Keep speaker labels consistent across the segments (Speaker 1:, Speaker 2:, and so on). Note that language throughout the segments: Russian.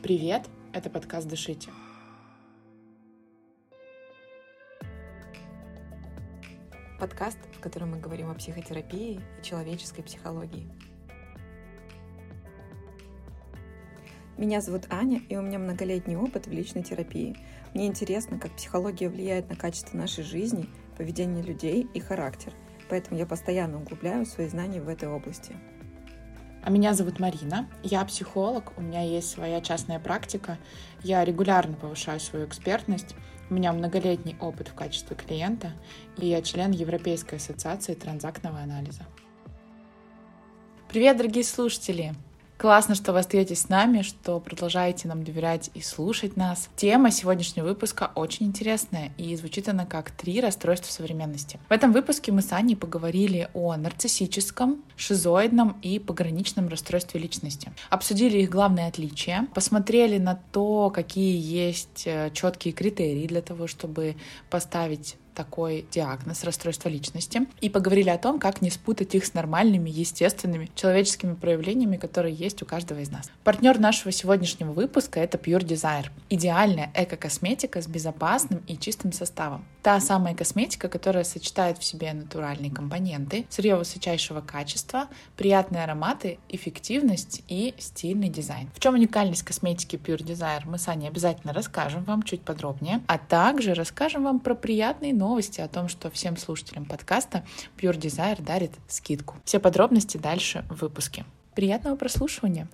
Speaker 1: Привет, это подкаст «Дышите».
Speaker 2: Подкаст, в котором мы говорим о психотерапии и человеческой психологии. Меня зовут Аня, и у меня многолетний опыт в личной терапии. Мне интересно, как психология влияет на качество нашей жизни, поведение людей и характер. Поэтому я постоянно углубляю свои знания в этой области.
Speaker 1: А меня зовут Марина, я психолог, у меня есть своя частная практика, я регулярно повышаю свою экспертность, у меня многолетний опыт в качестве клиента, и я член Европейской ассоциации транзактного анализа. Привет, дорогие слушатели! Классно, что вы остаетесь с нами, что продолжаете нам доверять и слушать нас. Тема сегодняшнего выпуска очень интересная, и звучит она как 3 расстройства современности. В этом выпуске мы с Аней поговорили о нарциссическом, шизоидном и пограничном расстройстве личности. Обсудили их главные отличия, посмотрели на то, какие есть четкие критерии для того, чтобы поставить такой диагноз расстройства личности, и поговорили о том, как не спутать их с нормальными, естественными человеческими проявлениями, которые есть у каждого из нас. Партнер нашего сегодняшнего выпуска — это Pure Desire. Идеальная эко-косметика с безопасным и чистым составом. Та самая косметика, которая сочетает в себе натуральные компоненты, сырье высочайшего качества, приятные ароматы, эффективность и стильный дизайн. В чем уникальность косметики Pure Desire, мы с Аней обязательно расскажем вам чуть подробнее, а также расскажем вам про приятные новости о том, что всем слушателям подкаста Pure Desire дарит скидку. Все подробности дальше в выпуске. Приятного прослушивания!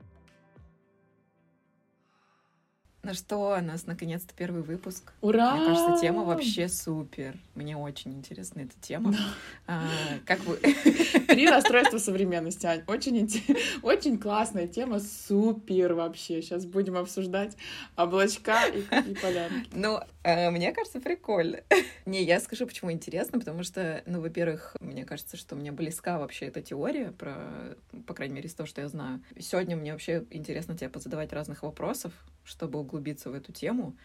Speaker 2: Ну что, у нас наконец-то первый выпуск.
Speaker 1: Ура!
Speaker 2: Мне кажется, тема вообще супер. Мне очень интересна эта тема. Как вы...
Speaker 1: 3 расстройства современности, Ань. Очень классная тема, супер вообще. Сейчас будем обсуждать облачка и полянки.
Speaker 2: Ну, мне кажется, прикольно. Не, я скажу, почему интересно, потому что, во-первых, мне кажется, что мне близка вообще эта теория, по крайней мере, из того, что я знаю. Сегодня мне вообще интересно тебе позадавать разных вопросов, чтобы углубиться в эту тему.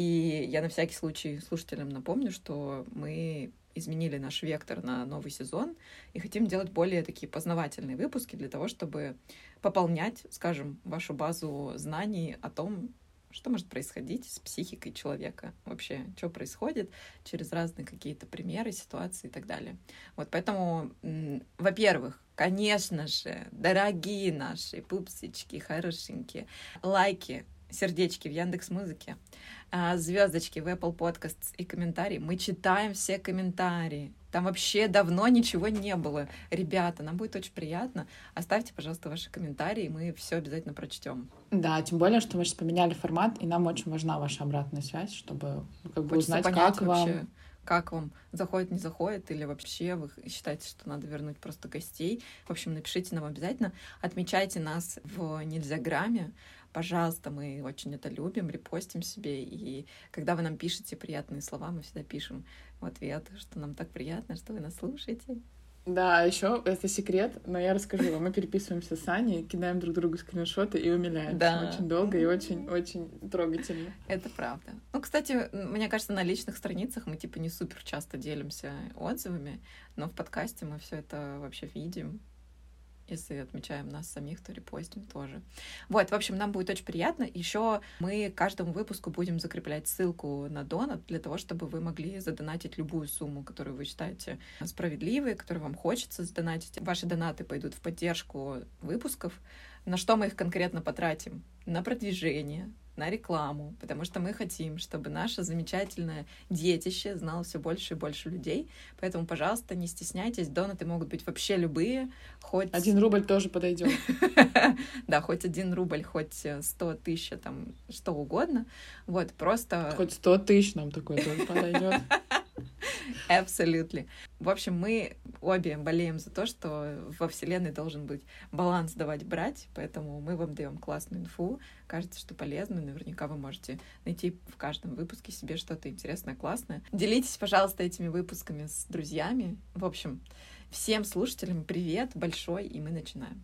Speaker 2: И я на всякий случай слушателям напомню, что мы изменили наш вектор на новый сезон и хотим делать более такие познавательные выпуски для того, чтобы пополнять, скажем, вашу базу знаний о том, что может происходить с психикой человека вообще, что происходит через разные какие-то примеры, ситуации и так далее. Вот поэтому, во-первых, конечно же, дорогие наши пупсички, хорошенькие, лайки, сердечки в Яндекс.Музыке, звездочки в Apple Podcasts и комментарии. Мы читаем все комментарии. Там вообще давно ничего не было. Ребята, нам будет очень приятно. Оставьте, пожалуйста, ваши комментарии, мы все обязательно прочтем.
Speaker 1: Да, тем более, что мы сейчас поменяли формат, и нам очень важна ваша обратная связь, чтобы узнать,
Speaker 2: понять
Speaker 1: как вам...
Speaker 2: вообще, как вам заходит, не заходит, или вообще вы считаете, что надо вернуть просто гостей. В общем, напишите нам обязательно. Отмечайте нас в Нельзяграме. Пожалуйста, мы очень это любим, репостим себе. И когда вы нам пишете приятные слова, мы всегда пишем в ответ, что нам так приятно, что вы нас слушаете.
Speaker 1: Да, еще это секрет, но я расскажу вам. Мы переписываемся с Аней, кидаем друг другу скриншоты и умиляемся.
Speaker 2: Да.
Speaker 1: Очень долго и очень трогательно.
Speaker 2: Это правда. Ну, кстати, мне кажется, на личных страницах мы не супер часто делимся отзывами, но в подкасте мы все это вообще видим. Если отмечаем нас самих, то репостим тоже. Вот, в общем, нам будет очень приятно. Еще мы каждому выпуску будем закреплять ссылку на донат для того, чтобы вы могли задонатить любую сумму, которую вы считаете справедливой, которую вам хочется задонатить. Ваши донаты пойдут в поддержку выпусков. На что мы их конкретно потратим? На продвижение, на рекламу, потому что мы хотим, чтобы наше замечательное детище знало все больше и больше людей. Поэтому, пожалуйста, не стесняйтесь. Донаты могут быть вообще любые. Хоть
Speaker 1: 1 рубль тоже подойдет.
Speaker 2: Да, хоть 1 рубль, хоть 100 тысяч, там, что угодно. Вот, просто...
Speaker 1: Хоть 100 тысяч нам такой тоже подойдет.
Speaker 2: Абсолютно. В общем, мы обе болеем за то, что во Вселенной должен быть баланс давать-брать, поэтому мы вам даем классную инфу, кажется, что полезную, наверняка вы можете найти в каждом выпуске себе что-то интересное, классное. Делитесь, пожалуйста, этими выпусками с друзьями. В общем, всем слушателям привет большой, и мы начинаем.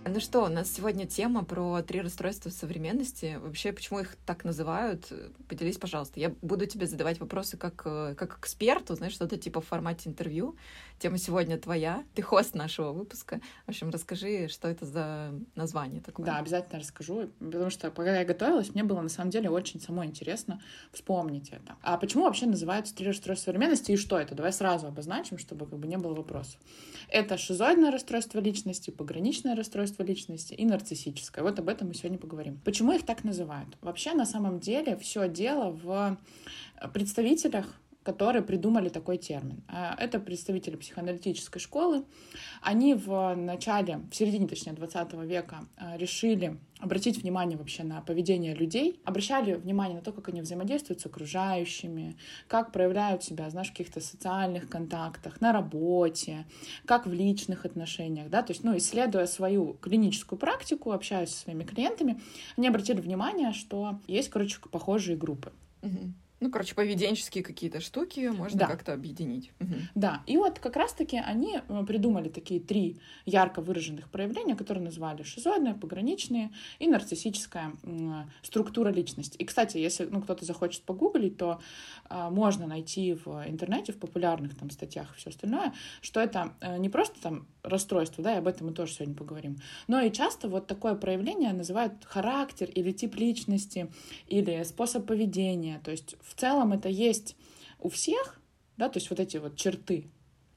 Speaker 2: Ну что, у нас сегодня тема про 3 расстройства современности. Вообще, почему их так называют? Поделись, пожалуйста. Я буду тебе задавать вопросы как эксперту, знаешь, что-то типа в формате интервью. Тема сегодня твоя. Ты хост нашего выпуска. В общем, расскажи, что это за название такое.
Speaker 1: Да, обязательно расскажу, потому что пока я готовилась, мне было на самом деле очень самой интересно вспомнить это. А почему вообще называются 3 расстройства современности и что это? Давай сразу обозначим, чтобы как бы не было вопросов. Это шизоидное расстройство личности, пограничное расстройство личности и нарциссическое. Вот об этом мы сегодня поговорим. Почему их так называют? Вообще, на самом деле, все дело в представителях, которые придумали такой термин. Это представители психоаналитической школы. Они в середине, точнее, 20 века решили обратить внимание вообще на поведение людей, обращали внимание на то, как они взаимодействуют с окружающими, как проявляют себя, знаешь, в каких-то социальных контактах, на работе, как в личных отношениях, да, то есть, исследуя свою клиническую практику, общаясь со своими клиентами, они обратили внимание, что есть, похожие группы.
Speaker 2: Поведенческие какие-то штуки можно как-то объединить.
Speaker 1: Да, и вот как раз-таки они придумали такие 3 ярко выраженных проявления, которые назвали шизоидные, пограничные и нарциссическая структура личности. И, кстати, если кто-то захочет погуглить, то можно найти в интернете, в популярных там статьях и все остальное, что это не просто там расстройство, да, и об этом мы тоже сегодня поговорим, но и часто вот такое проявление называют характер или тип личности, или способ поведения, то есть в целом это есть у всех, да, то есть вот эти вот черты.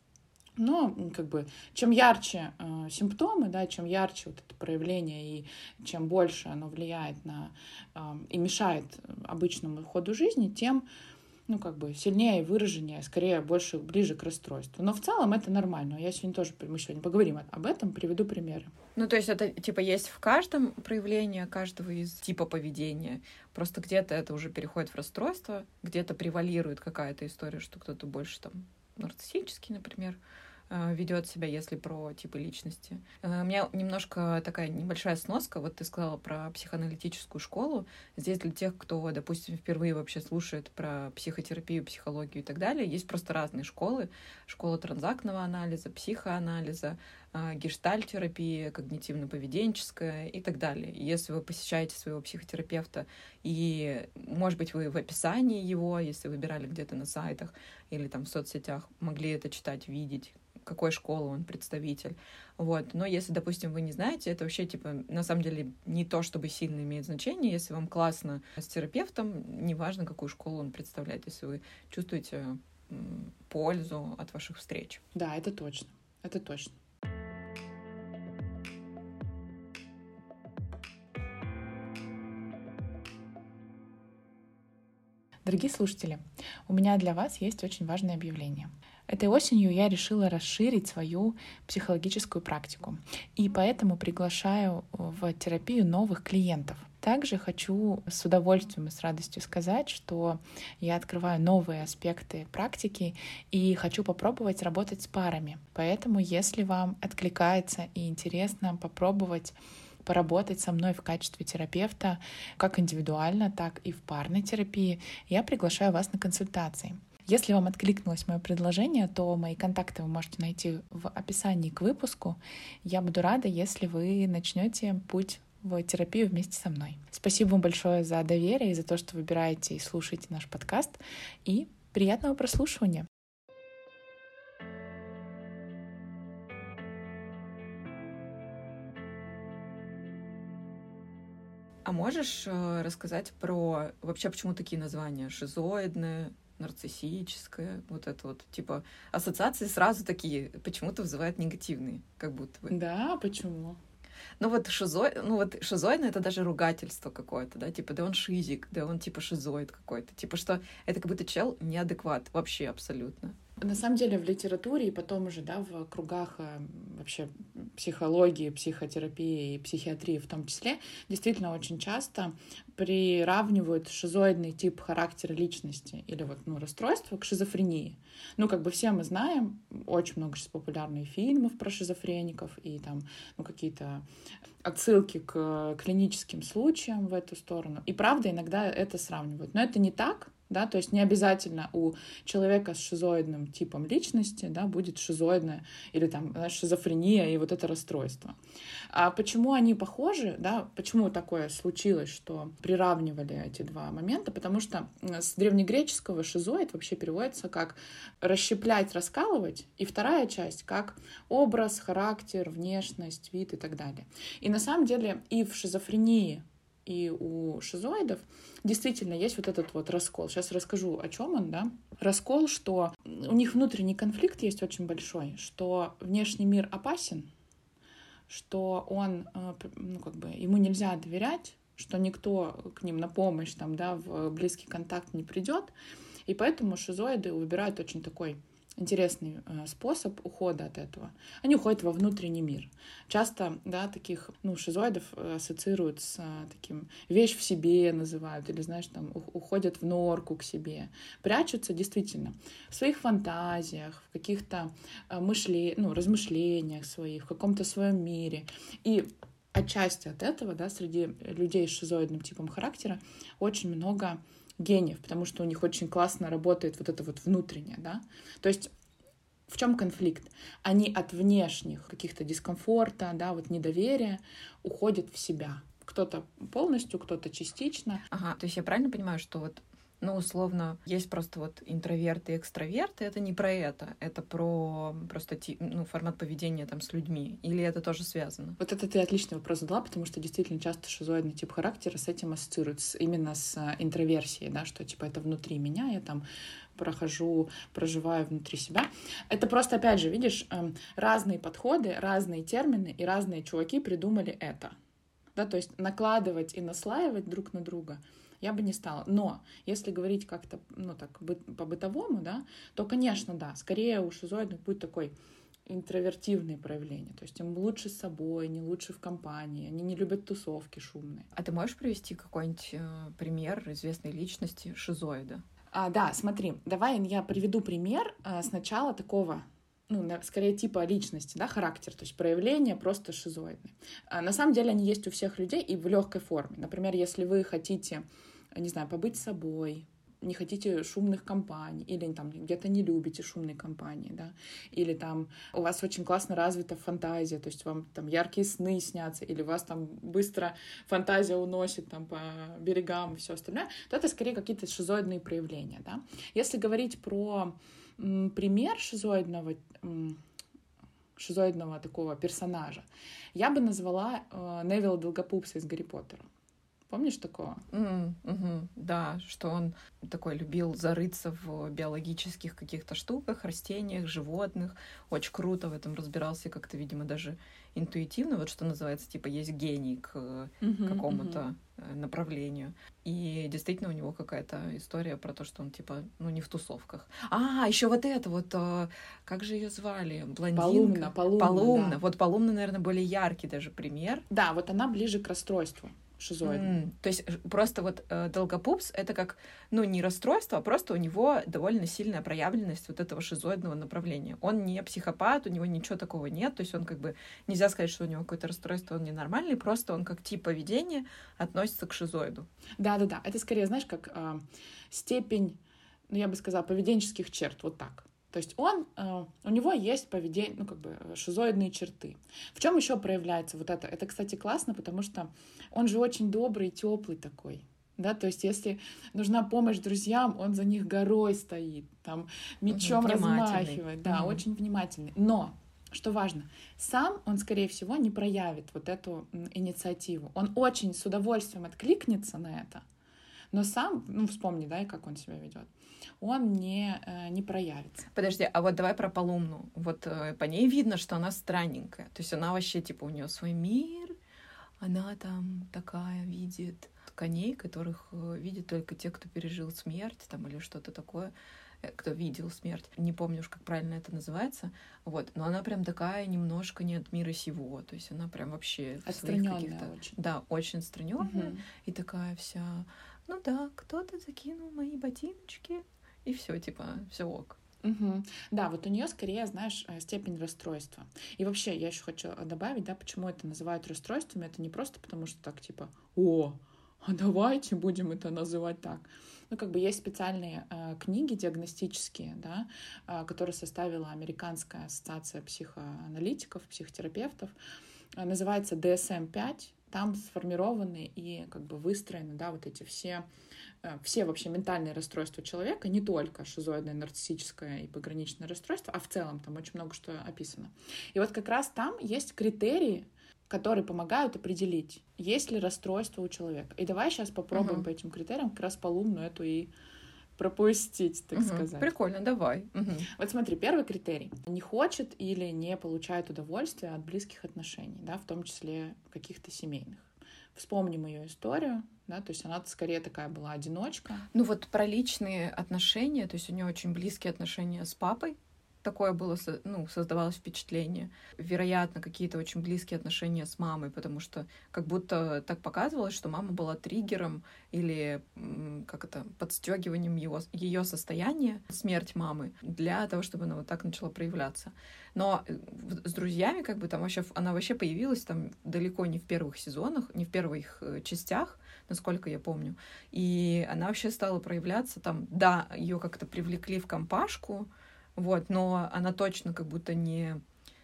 Speaker 1: Но чем ярче симптомы, да, чем ярче вот это проявление и чем больше оно влияет и мешает обычному ходу жизни, тем сильнее и выраженнее, скорее ближе к расстройству. Но в целом это нормально. Мы сегодня поговорим об этом, приведу примеры.
Speaker 2: То есть это есть в каждом проявлении каждого из типа поведения. Просто где-то это уже переходит в расстройство, где-то превалирует какая-то история, что кто-то больше там нарциссический, например, ведет себя, если про типы личности. У меня немножко такая небольшая сноска. Вот ты сказала про психоаналитическую школу. Здесь для тех, кто, допустим, впервые вообще слушает про психотерапию, психологию и так далее, есть просто разные школы. Школа транзактного анализа, психоанализа, гештальт-терапия, когнитивно-поведенческая и так далее. Если вы посещаете своего психотерапевта, и, может быть, вы в описании его, если выбирали где-то на сайтах или там в соцсетях, могли это читать, видеть, какой школы он представитель. Вот. Но если, допустим, вы не знаете, это вообще, на самом деле не то, чтобы сильно имеет значение. Если вам классно с терапевтом, неважно, какую школу он представляет, если вы чувствуете пользу от ваших встреч.
Speaker 1: Да, это точно. Это точно. Дорогие слушатели, у меня для вас есть очень важное объявление. Этой осенью я решила расширить свою психологическую практику, и поэтому приглашаю в терапию новых клиентов. Также хочу с удовольствием и с радостью сказать, что я открываю новые аспекты практики и хочу попробовать работать с парами. Поэтому, если вам откликается и интересно попробовать поработать со мной в качестве терапевта, как индивидуально, так и в парной терапии, я приглашаю вас на консультации. Если вам откликнулось мое предложение, то мои контакты вы можете найти в описании к выпуску. Я буду рада, если вы начнете путь в терапию вместе со мной. Спасибо вам большое за доверие и за то, что выбираете и слушаете наш подкаст. И приятного прослушивания!
Speaker 2: А можешь рассказать про вообще, почему такие названия? Шизоидное, нарциссическое, вот это вот, ассоциации сразу такие, почему-то вызывают негативные, как будто бы.
Speaker 1: Да, почему?
Speaker 2: Шизоидное — это даже ругательство какое-то, да, да он шизик, да он шизоид какой-то, что это как будто чел неадекват вообще абсолютно.
Speaker 1: На самом деле в литературе и потом уже, да, в кругах вообще психологии, психотерапии и психиатрии в том числе, действительно очень часто приравнивают шизоидный тип характера личности или расстройства к шизофрении. Все мы знаем, очень много сейчас популярных фильмов про шизофреников и там какие-то отсылки к клиническим случаям в эту сторону. И правда, иногда это сравнивают. Но это не так. Да, то есть не обязательно у человека с шизоидным типом личности, да, будет шизоидная или там, знаешь, шизофрения и вот это расстройство. А почему они похожи, да, почему такое случилось, что приравнивали эти два момента? Потому что с древнегреческого шизоид вообще переводится как расщеплять, раскалывать, и вторая часть как образ, характер, внешность, вид и так далее. И на самом деле и в шизофрении, и у шизоидов действительно есть вот этот вот раскол. Сейчас расскажу, о чем он, да. Раскол, что у них внутренний конфликт есть очень большой, что внешний мир опасен, что он, ну, как бы, ему нельзя доверять, что никто к ним на помощь, там, да, в близкий контакт не придет, и поэтому шизоиды выбирают очень такой интересный способ ухода от этого. Они уходят во внутренний мир. Часто, да, таких, ну, шизоидов ассоциируют с таким вещь в себе называют, или, знаешь, там, уходят в норку к себе. Прячутся действительно в своих фантазиях, в каких-то размышлениях своих, в каком-то своем мире. И отчасти от этого, да, среди людей с шизоидным типом характера очень много гениев, потому что у них очень классно работает вот это вот внутреннее, да. То есть в чем конфликт? Они от внешних каких-то дискомфорта, да, вот недоверия уходят в себя. Кто-то полностью, кто-то частично.
Speaker 2: Ага, то есть я правильно понимаю, что вот, ну, условно, есть просто вот интроверты и экстраверты, это не про это про просто формат поведения там с людьми, или это тоже связано?
Speaker 1: Вот это ты отличный вопрос задала, потому что действительно часто шизоидный тип характера с этим ассоциируется именно с интроверсией, да, что типа это внутри меня, я там проживаю внутри себя. Это просто, опять же, видишь, разные подходы, разные термины и разные чуваки придумали это. Да, то есть накладывать и наслаивать друг на друга я бы не стала. Но если говорить как-то, ну, так, по-бытовому, да, то, конечно, да, скорее у шизоидных будет такой интровертивные проявления. То есть им лучше с собой, не лучше в компании. Они не любят тусовки шумные.
Speaker 2: А ты можешь привести какой-нибудь пример известной личности шизоида?
Speaker 1: Да, смотри, давай я приведу пример сначала такого, ну, скорее типа личности, да, характер, то есть проявления просто шизоидные. На самом деле они есть у всех людей и в легкой форме. Например, если вы хотите, не знаю, побыть собой, не хотите шумных компаний, или там где-то не любите шумные компании, да, или там у вас очень классно развита фантазия, то есть вам там яркие сны снятся, или вас там быстро фантазия уносит там по берегам и все остальное, то это скорее какие-то шизоидные проявления, да. Если говорить про пример шизоидного такого персонажа, я бы назвала Невилла Долгопупса из «Гарри Поттера». Помнишь такого?
Speaker 2: Да, что он такой любил зарыться в биологических каких-то штуках, растениях, животных. Очень круто в этом разбирался, как-то, видимо, даже интуитивно, вот что называется, типа есть гений к какому-то направлению. И действительно у него какая-то история про то, что он типа, ну, не в тусовках. Еще вот это вот, как же ее звали? Блондинка? Полумна. Да. Вот Полумна, наверное, более яркий даже пример.
Speaker 1: Да, вот она ближе к расстройству. Шизоидный.
Speaker 2: То есть просто вот Долгопупс — это как, ну, не расстройство, а просто у него довольно сильная проявленность вот этого шизоидного направления. Он не психопат, у него ничего такого нет, то есть он как бы, нельзя сказать, что у него какое-то расстройство, он ненормальный, просто он как тип поведения относится к шизоиду.
Speaker 1: Да-да-да, это скорее, знаешь, как степень, ну, я бы сказала, поведенческих черт, вот так. То есть у него есть поведение, ну, как бы шизоидные черты. В чем еще проявляется вот это? Это, кстати, классно, потому что он же очень добрый, теплый такой. Да, то есть если нужна помощь друзьям, он за них горой стоит, там мечом размахивает, да, очень внимательный. Но, что важно, сам он, скорее всего, не проявит вот эту инициативу. Он очень с удовольствием откликнется на это, но сам, ну, вспомни, да, и как он себя ведет, он не проявится.
Speaker 2: Подожди, а вот давай про Полумну. Вот по ней видно, что она странненькая. То есть она вообще, типа, у нее свой мир, она там такая видит коней, которых видят только те, кто пережил смерть, там, или что-то такое, кто видел смерть. Не помню уж, как правильно это называется. Вот. Но она прям такая немножко не от мира сего. То есть она прям вообще...
Speaker 1: Отстранённая очень.
Speaker 2: Да, очень отстранённая. И такая вся... Ну да, кто-то закинул мои ботиночки, и все, типа, все ок.
Speaker 1: Да, вот у нее скорее, знаешь, степень расстройства. И вообще, я еще хочу добавить, да, почему это называют расстройствами. Это не просто потому, что так, типа, а давайте будем это называть так. Ну, как бы есть специальные книги диагностические, да, которые составила Американская ассоциация психоаналитиков, психотерапевтов. Называется DSM-5. Там сформированы и как бы выстроены, да, вот эти все вообще ментальные расстройства человека, не только шизоидное, нарциссическое и пограничное расстройство, а в целом там очень много что описано. И вот как раз там есть критерии, которые помогают определить, есть ли расстройство у человека. И давай сейчас попробуем по этим критериям как раз полумну эту и пропустить, так сказать.
Speaker 2: Прикольно, давай.
Speaker 1: Вот смотри, первый критерий. Не хочет или не получает удовольствия от близких отношений, да, в том числе каких-то семейных. Вспомним ее историю, да, то есть она скорее такая была одиночка.
Speaker 2: Ну вот про личные отношения, то есть у нее очень близкие отношения с папой, такое было, ну, создавалось впечатление. Вероятно, какие-то очень близкие отношения с мамой, потому что как будто так показывалось, что мама была триггером или подстегиванием ее состояния, смерть мамы, для того, чтобы она вот так начала проявляться. Но с друзьями как бы там она вообще появилась там далеко не в первых сезонах, не в первых частях, насколько я помню. И она вообще стала проявляться там, да, ее как-то привлекли в компашку, вот, но она точно как будто не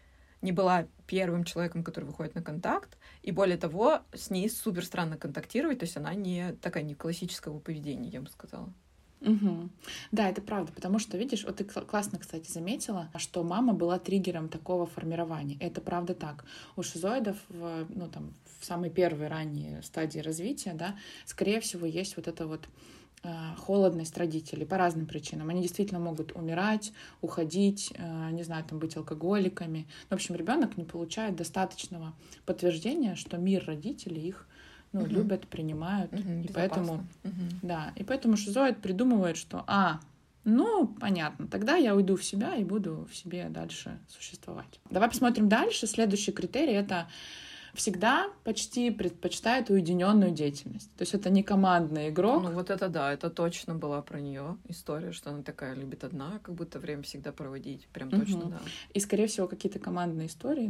Speaker 2: была первым человеком, который выходит на контакт, и более того, с ней супер странно контактировать, то есть она не классического поведения, я бы сказала.
Speaker 1: Угу. Да, это правда, потому что, видишь, вот ты классно, кстати, заметила, что мама была триггером такого формирования. Это правда так. У шизоидов в самой первой ранней стадии развития, да, скорее всего, есть вот это вот холодность родителей по разным причинам. Они действительно могут умирать, уходить, не знаю, там быть алкоголиками. В общем, ребенок не получает достаточного подтверждения, что мир родителей их любят, принимают. И поэтому, и поэтому шизоид придумывает, что понятно, тогда я уйду в себя и буду в себе дальше существовать. Давай посмотрим дальше. Следующий критерий — это всегда почти предпочитает уединенную деятельность. То есть это не командный игрок.
Speaker 2: Ну вот это да, это точно была про нее история, что она такая любит одна, как будто время всегда проводить. Прям точно, да.
Speaker 1: И, скорее всего, какие-то командные истории,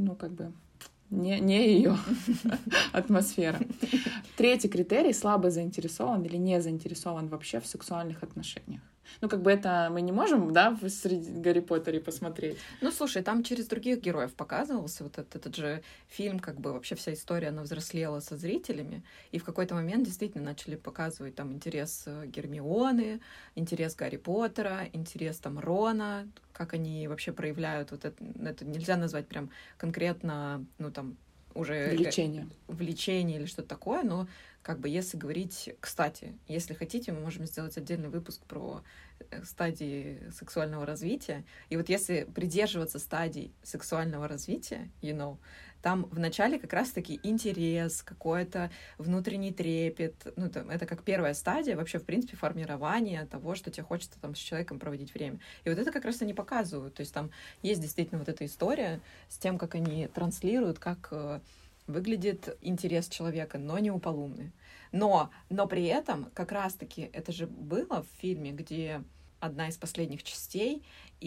Speaker 1: не ее атмосфера. Третий критерий — слабо заинтересован или не заинтересован вообще в сексуальных отношениях. Это мы не можем, да, среди Гарри Поттера посмотреть.
Speaker 2: Ну, слушай, там через других героев показывался вот этот же фильм, как бы вообще вся история, она взрослела со зрителями, и в какой-то момент действительно начали показывать там интерес Гермионы, интерес Гарри Поттера, интерес там Рона, как они вообще проявляют вот это нельзя назвать прям конкретно, уже влечение или что-то такое, но как бы если говорить... Кстати, если хотите, мы можем сделать отдельный выпуск про стадии сексуального развития. И вот если придерживаться стадий сексуального развития, там вначале как раз-таки интерес, какой-то внутренний трепет. Это как первая стадия вообще, в принципе, формирования того, что тебе хочется там с человеком проводить время. И вот это как раз они показывают. То есть там есть действительно вот эта история с тем, как они транслируют, как выглядит интерес человека, но не у полумны. Но при этом как раз-таки это же было в фильме, где одна из последних частей,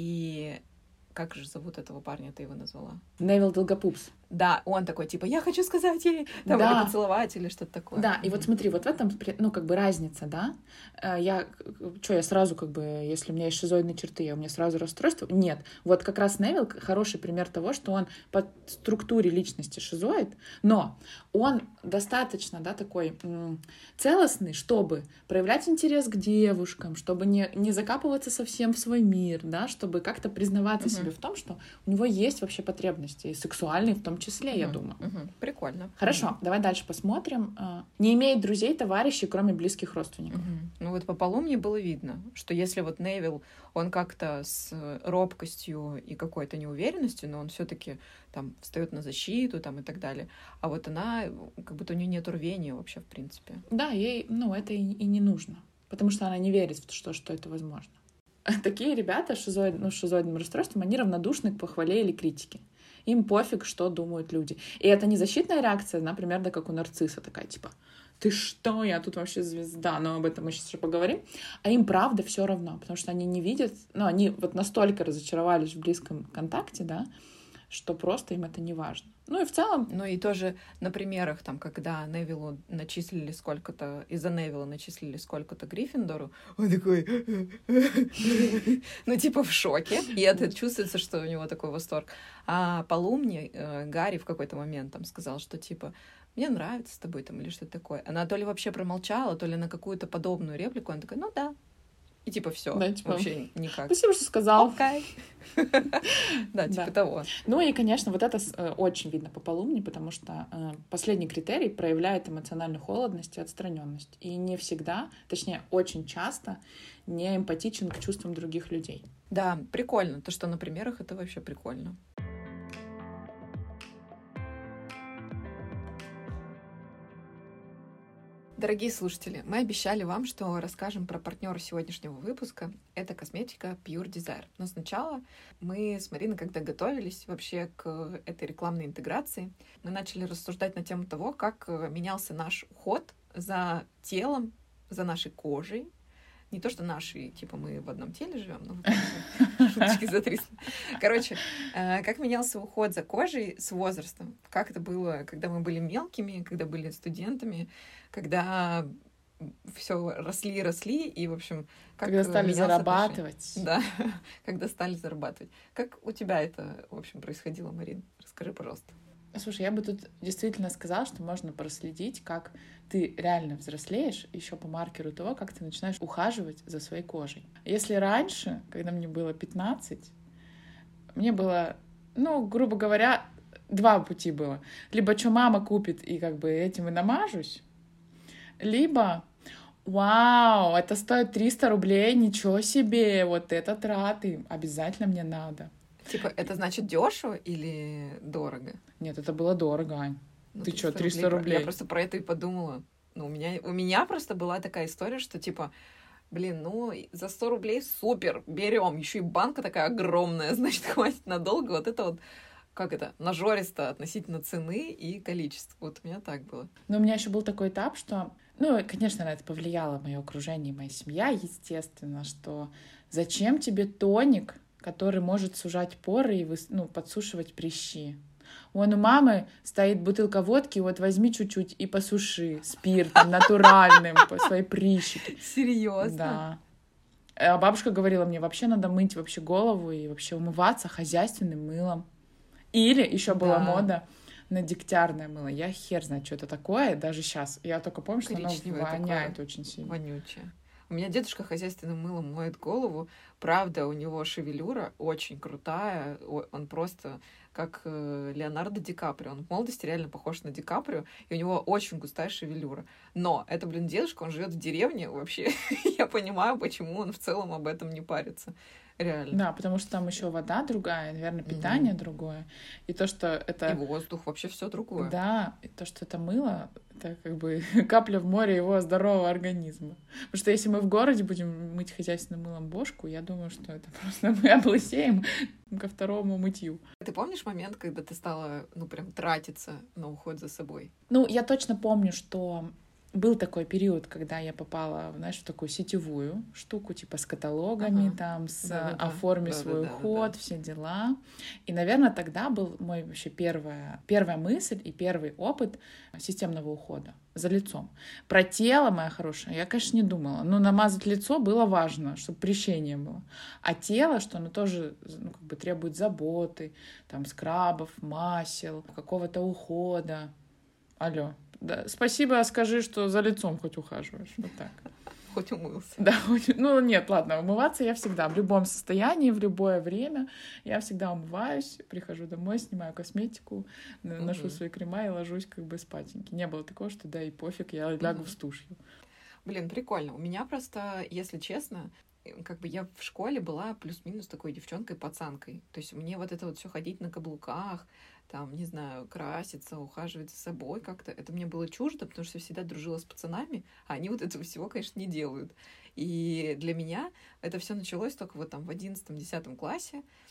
Speaker 2: и как же зовут этого парня, ты его назвала?
Speaker 1: Невил Долгопупс.
Speaker 2: Да, он такой, типа, я хочу сказать ей, там, или поцеловать, или что-то такое.
Speaker 1: Да, и вот смотри, вот в этом, разница, да? Я сразу, если у меня есть шизоидные черты, у меня сразу расстройство? Нет. Вот как раз Невил хороший пример того, что он по структуре личности шизоид, но он достаточно, да, такой целостный, чтобы проявлять интерес к девушкам, чтобы не закапываться совсем в свой мир, да, чтобы как-то признаваться себе в том, что у него есть вообще потребности, и сексуальные в том числе, я думаю.
Speaker 2: Прикольно.
Speaker 1: Хорошо, давай дальше посмотрим. Не имеет друзей, товарищей, кроме близких родственников.
Speaker 2: Ну вот по полумне было видно, что если вот Невил, он как-то с робкостью и какой-то неуверенностью, но он все-таки там встает на защиту там, и так далее. А вот она, как будто у нее нет рвения вообще, в принципе.
Speaker 1: Да, ей, это и не нужно, потому что она не верит в то, что это возможно. Такие ребята с шизоидным расстройством, они равнодушны к похвале или критике. Им пофиг, что думают люди. И это не защитная реакция, например, да, как у нарцисса, такая типа: ты что, я тут вообще звезда, но об этом мы сейчас еще поговорим. А им правда все равно, потому что они не видят, они вот настолько разочаровались в близком контакте, да, что просто им это не важно. Ну и в целом...
Speaker 2: Ну и тоже на примерах, там, когда Невиллу начислили сколько-то, из-за Невилла начислили сколько-то Гриффиндору, он такой, ну типа в шоке, и это чувствуется, что у него такой восторг. А по Лумне Гарри в какой-то момент там сказал, что типа, мне нравится с тобой там или что-то такое. Она то ли вообще промолчала, то ли на какую-то подобную реплику, она такая, ну да. И типа все,
Speaker 1: да, типа,
Speaker 2: вообще никак.
Speaker 1: Спасибо, что сказал.
Speaker 2: Окей. Да, типа того.
Speaker 1: Ну и, конечно, вот это очень видно по Полумне, потому что последний критерий проявляет эмоциональную холодность и отстраненность. И не всегда, точнее, очень часто не эмпатичен к чувствам других людей.
Speaker 2: Да, прикольно. То, что на примерах, это вообще прикольно. Дорогие слушатели, мы обещали вам, что расскажем про партнера сегодняшнего выпуска. Это косметика Pure Desire. Но сначала мы с Мариной, когда готовились вообще к этой рекламной интеграции, мы начали рассуждать на тему того, как менялся наш уход за телом, за нашей кожей. Не то, что наши, типа, мы в одном теле живем, но шуточки за 300. Короче, как менялся уход за кожей с возрастом? Как это было, когда мы были мелкими, когда были студентами, когда все росли, и, в общем, как
Speaker 1: когда стали зарабатывать.
Speaker 2: Да, когда стали зарабатывать. Как у тебя это, в общем, происходило, Марин? Расскажи, пожалуйста.
Speaker 1: Слушай, я бы тут действительно сказала, что можно проследить, как ты реально взрослеешь еще по маркеру того, как ты начинаешь ухаживать за своей кожей. Если раньше, когда мне было 15, мне было, ну, грубо говоря, два пути было. Либо что мама купит, и как бы этим и намажусь, либо вау, это стоит 300 рублей, ничего себе, вот это траты, обязательно мне надо.
Speaker 2: Типа, это значит дешево или дорого?
Speaker 1: Нет, это было дорого, Ань.
Speaker 2: Ну,
Speaker 1: ты что, 300 рублей?
Speaker 2: Я просто про это и подумала. Ну, у меня просто была такая история, что типа, блин, ну, за 100 рублей супер, берем. Еще и банка такая огромная, значит, хватит надолго. Вот это вот, как это, нажористо относительно цены и количества. Вот у меня так было.
Speaker 1: Но у меня еще был такой этап, что, ну, конечно, на это повлияло мое окружение, моя семья, естественно, что зачем тебе тоник, который может сужать поры и подсушивать прыщи. Вон у мамы стоит бутылка водки, вот возьми чуть-чуть и посуши спиртом натуральным по своей прыщики.
Speaker 2: Серьезно?
Speaker 1: Да. А бабушка говорила мне, вообще надо мыть вообще голову и вообще умываться хозяйственным мылом. Или еще была мода на дегтярное мыло. Я хер знает, что это такое, даже сейчас. Я только помню, что оно воняет очень сильно.
Speaker 2: Вонючее. У меня дедушка хозяйственным мылом моет голову. Правда, у него шевелюра очень крутая. Он просто как Леонардо Ди Каприо. Он в молодости реально похож на Ди Каприо, и у него очень густая шевелюра. Но это, блин, дедушка, он живет в деревне вообще. Я понимаю, почему он в целом об этом не парится. Реально.
Speaker 1: Да, потому что там еще вода другая, наверное, питание другое. И то, что это...
Speaker 2: И воздух, вообще все другое.
Speaker 1: Да, и то, что это мыло, это как бы капля в море его здорового организма. Потому что если мы в городе будем мыть хозяйственным мылом бошку, я думаю, что это просто мы облысеем ко второму мытью.
Speaker 2: Ты помнишь момент, когда ты стала, ну, прям тратиться на уход за собой?
Speaker 1: Ну, я точно помню, что был такой период, когда я попала, знаешь, в такую сетевую штуку, типа с каталогами, там, с оформи свой уход, все дела. И, наверное, тогда был мой вообще первая мысль и первый опыт системного ухода за лицом. Про тело, моя хорошая, я, конечно, не думала. Но намазать лицо было важно, чтобы прыщей не было. А тело, что оно тоже, ну, как бы требует заботы, там, скрабов, масел, какого-то ухода. Алло. Да, спасибо, скажи, что за лицом хоть ухаживаешь. Вот так.
Speaker 2: Хоть умылся.
Speaker 1: Да, ну нет, ладно, умываться я всегда, в любом состоянии, в любое время. Я всегда умываюсь, прихожу домой, снимаю косметику, ношу свои крема и ложусь как бы спатеньки. Не было такого, что да и пофиг, я лягу с тушью.
Speaker 2: Блин, прикольно. У меня просто, если честно, как бы я в школе была плюс-минус такой девчонкой-пацанкой. То есть мне вот это вот все ходить на каблуках, там, не знаю, краситься, ухаживать за собой как-то, это мне было чуждо, потому что я всегда дружила с пацанами, а они вот этого всего, конечно, не делают. И для меня это все началось только вот там в 11-10 классе.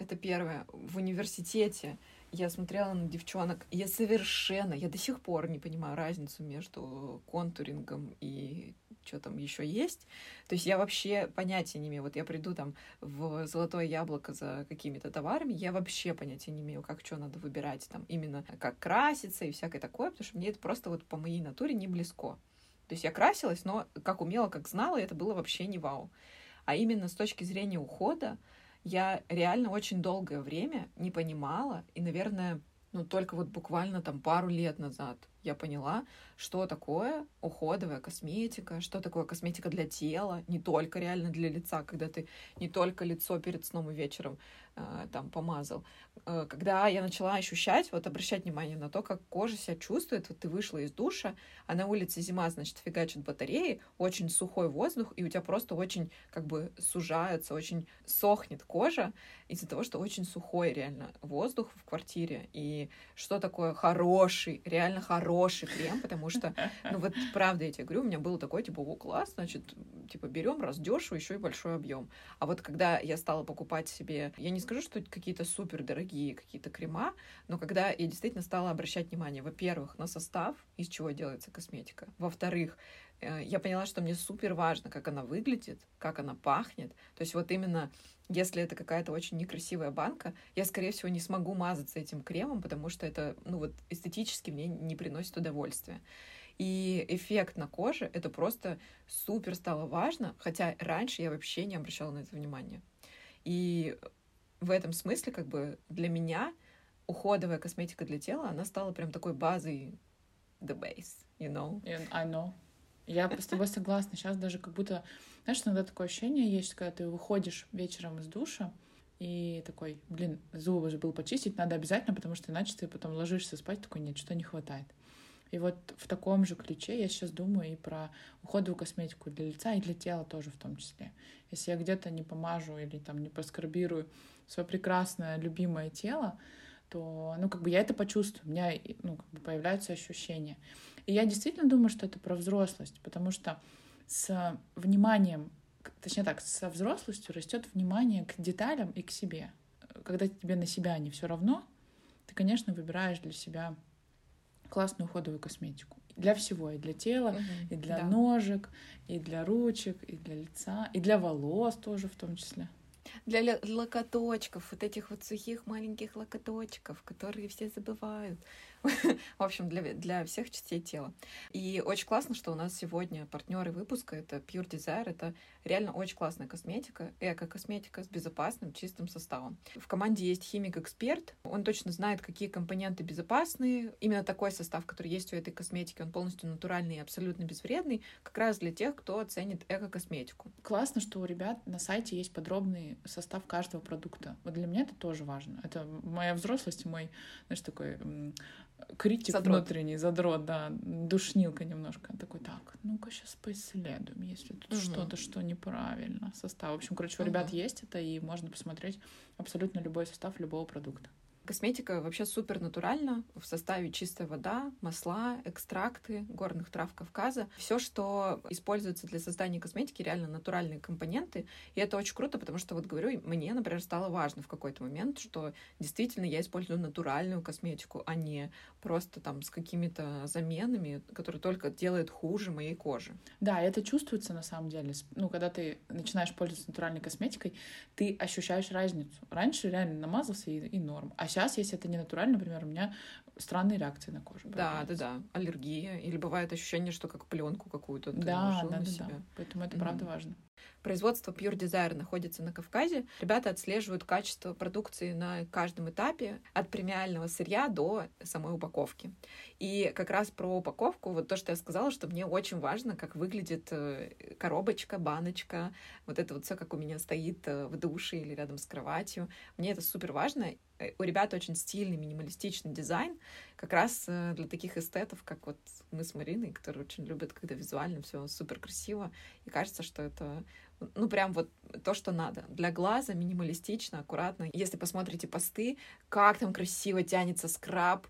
Speaker 2: Это первое. В университете я смотрела на девчонок, и я до сих пор не понимаю разницу между контурингом и что там еще есть. То есть я вообще понятия не имею. Вот я приду там в Золотое Яблоко за какими-то товарами, я вообще понятия не имею, как что надо выбирать, там именно как краситься и всякое такое, потому что мне это просто вот по моей натуре не близко. То есть я красилась, но как умела, как знала, это было вообще не вау. А именно с точки зрения ухода я реально очень долгое время не понимала, и, наверное, ну, только вот буквально там пару лет назад я поняла, что такое уходовая косметика, что такое косметика для тела, не только реально для лица, когда ты не только лицо перед сном и вечером там помазал. Когда я начала ощущать, вот обращать внимание на то, как кожа себя чувствует, вот ты вышла из душа, а на улице зима, значит, фигачат батареи, очень сухой воздух, и у тебя просто очень как бы сужается, очень сохнет кожа из-за того, что очень сухой реально воздух в квартире. И что такое хороший, реально хороший крем, потому что, ну вот правда, я тебе говорю, у меня было такое, типа, о, класс, значит, типа, берем раз дешево, еще и большой объем. А вот когда я стала покупать себе, я не скажу, что какие-то супер дорогие какие-то крема, но когда я действительно стала обращать внимание, во-первых, на состав, из чего делается косметика, во-вторых, я поняла, что мне супер важно, как она выглядит, как она пахнет. То есть вот именно, если это какая-то очень некрасивая банка, я, скорее всего, не смогу мазаться этим кремом, потому что это, ну вот, эстетически мне не приносит удовольствия. И эффект на коже — это просто супер стало важно, хотя раньше я вообще не обращала на это внимания. И в этом смысле, как бы, для меня уходовая косметика для тела, она стала прям такой базой the base, you know?
Speaker 1: I know. Я с тобой согласна. Сейчас даже как будто, знаешь, иногда такое ощущение есть, когда ты выходишь вечером из душа и такой, блин, зубы же был почистить, надо обязательно, потому что иначе ты потом ложишься спать, такой, нет, что не хватает. И вот в таком же ключе я сейчас думаю и про уходовую косметику для лица и для тела тоже в том числе. Если я где-то не помажу или там не проскрабирую свое прекрасное, любимое тело, то, ну, как бы я это почувствую, у меня, ну, как бы появляются ощущения. И я действительно думаю, что это про взрослость, потому что с вниманием, точнее так, со взрослостью растет внимание к деталям и к себе. Когда тебе на себя не все равно, ты, конечно, выбираешь для себя классную уходовую косметику. Для всего, и для тела, и для ножек, и для ручек, и для лица, и для волос тоже в том числе.
Speaker 2: Для локоточков, вот этих вот сухих маленьких локоточков, которые все забывают. В общем, для всех частей тела. И очень классно, что у нас сегодня партнеры выпуска — это Pure Desire. Это реально очень классная косметика, эко-косметика с безопасным, чистым составом. В команде есть химик-эксперт. Он точно знает, какие компоненты безопасные. Именно такой состав, который есть у этой косметики, он полностью натуральный и абсолютно безвредный, как раз для тех, кто ценит эко-косметику.
Speaker 1: Классно, что у ребят на сайте есть подробный состав каждого продукта. Вот для меня это тоже важно. Это моя взрослость, мой, знаешь, такой критик внутренний, задрот, да, душнилка немножко. Такой, так, ну-ка сейчас поисследуем, если тут что-то, что неправильно. Состав. В общем, короче, у ребят есть это, и можно посмотреть абсолютно любой состав любого продукта.
Speaker 2: Косметика вообще супер натуральна. В составе чистая вода, масла, экстракты горных трав Кавказа. Все, что используется для создания косметики, реально натуральные компоненты. И это очень круто, потому что, вот говорю, мне, например, стало важно в какой-то момент, что действительно я использую натуральную косметику, а не просто там с какими-то заменами, которые только делают хуже моей коже.
Speaker 1: Да, это чувствуется на самом деле. Ну, когда ты начинаешь пользоваться натуральной косметикой, ты ощущаешь разницу. Раньше реально намазался и норм. А сейчас, если это не натурально, например, у меня странные реакции на кожу.
Speaker 2: Да. Аллергия. Или бывает ощущение, что как пленку какую-то ты наложил на себя. Да.
Speaker 1: Поэтому это правда важно.
Speaker 2: Производство Pure Desire находится на Кавказе. Ребята отслеживают качество продукции на каждом этапе, от премиального сырья до самой упаковки. И как раз про упаковку, вот то, что я сказала, что мне очень важно, как выглядит коробочка, баночка, вот это вот все, как у меня стоит в душе или рядом с кроватью. Мне это супер важно. У ребят очень стильный, минималистичный дизайн, как раз для таких эстетов, как вот мы с Мариной, которые очень любят, когда визуально все супер красиво, и кажется, что это, ну, прям вот то, что надо. Для глаза минималистично, аккуратно. Если посмотрите посты, как там красиво тянется скраб,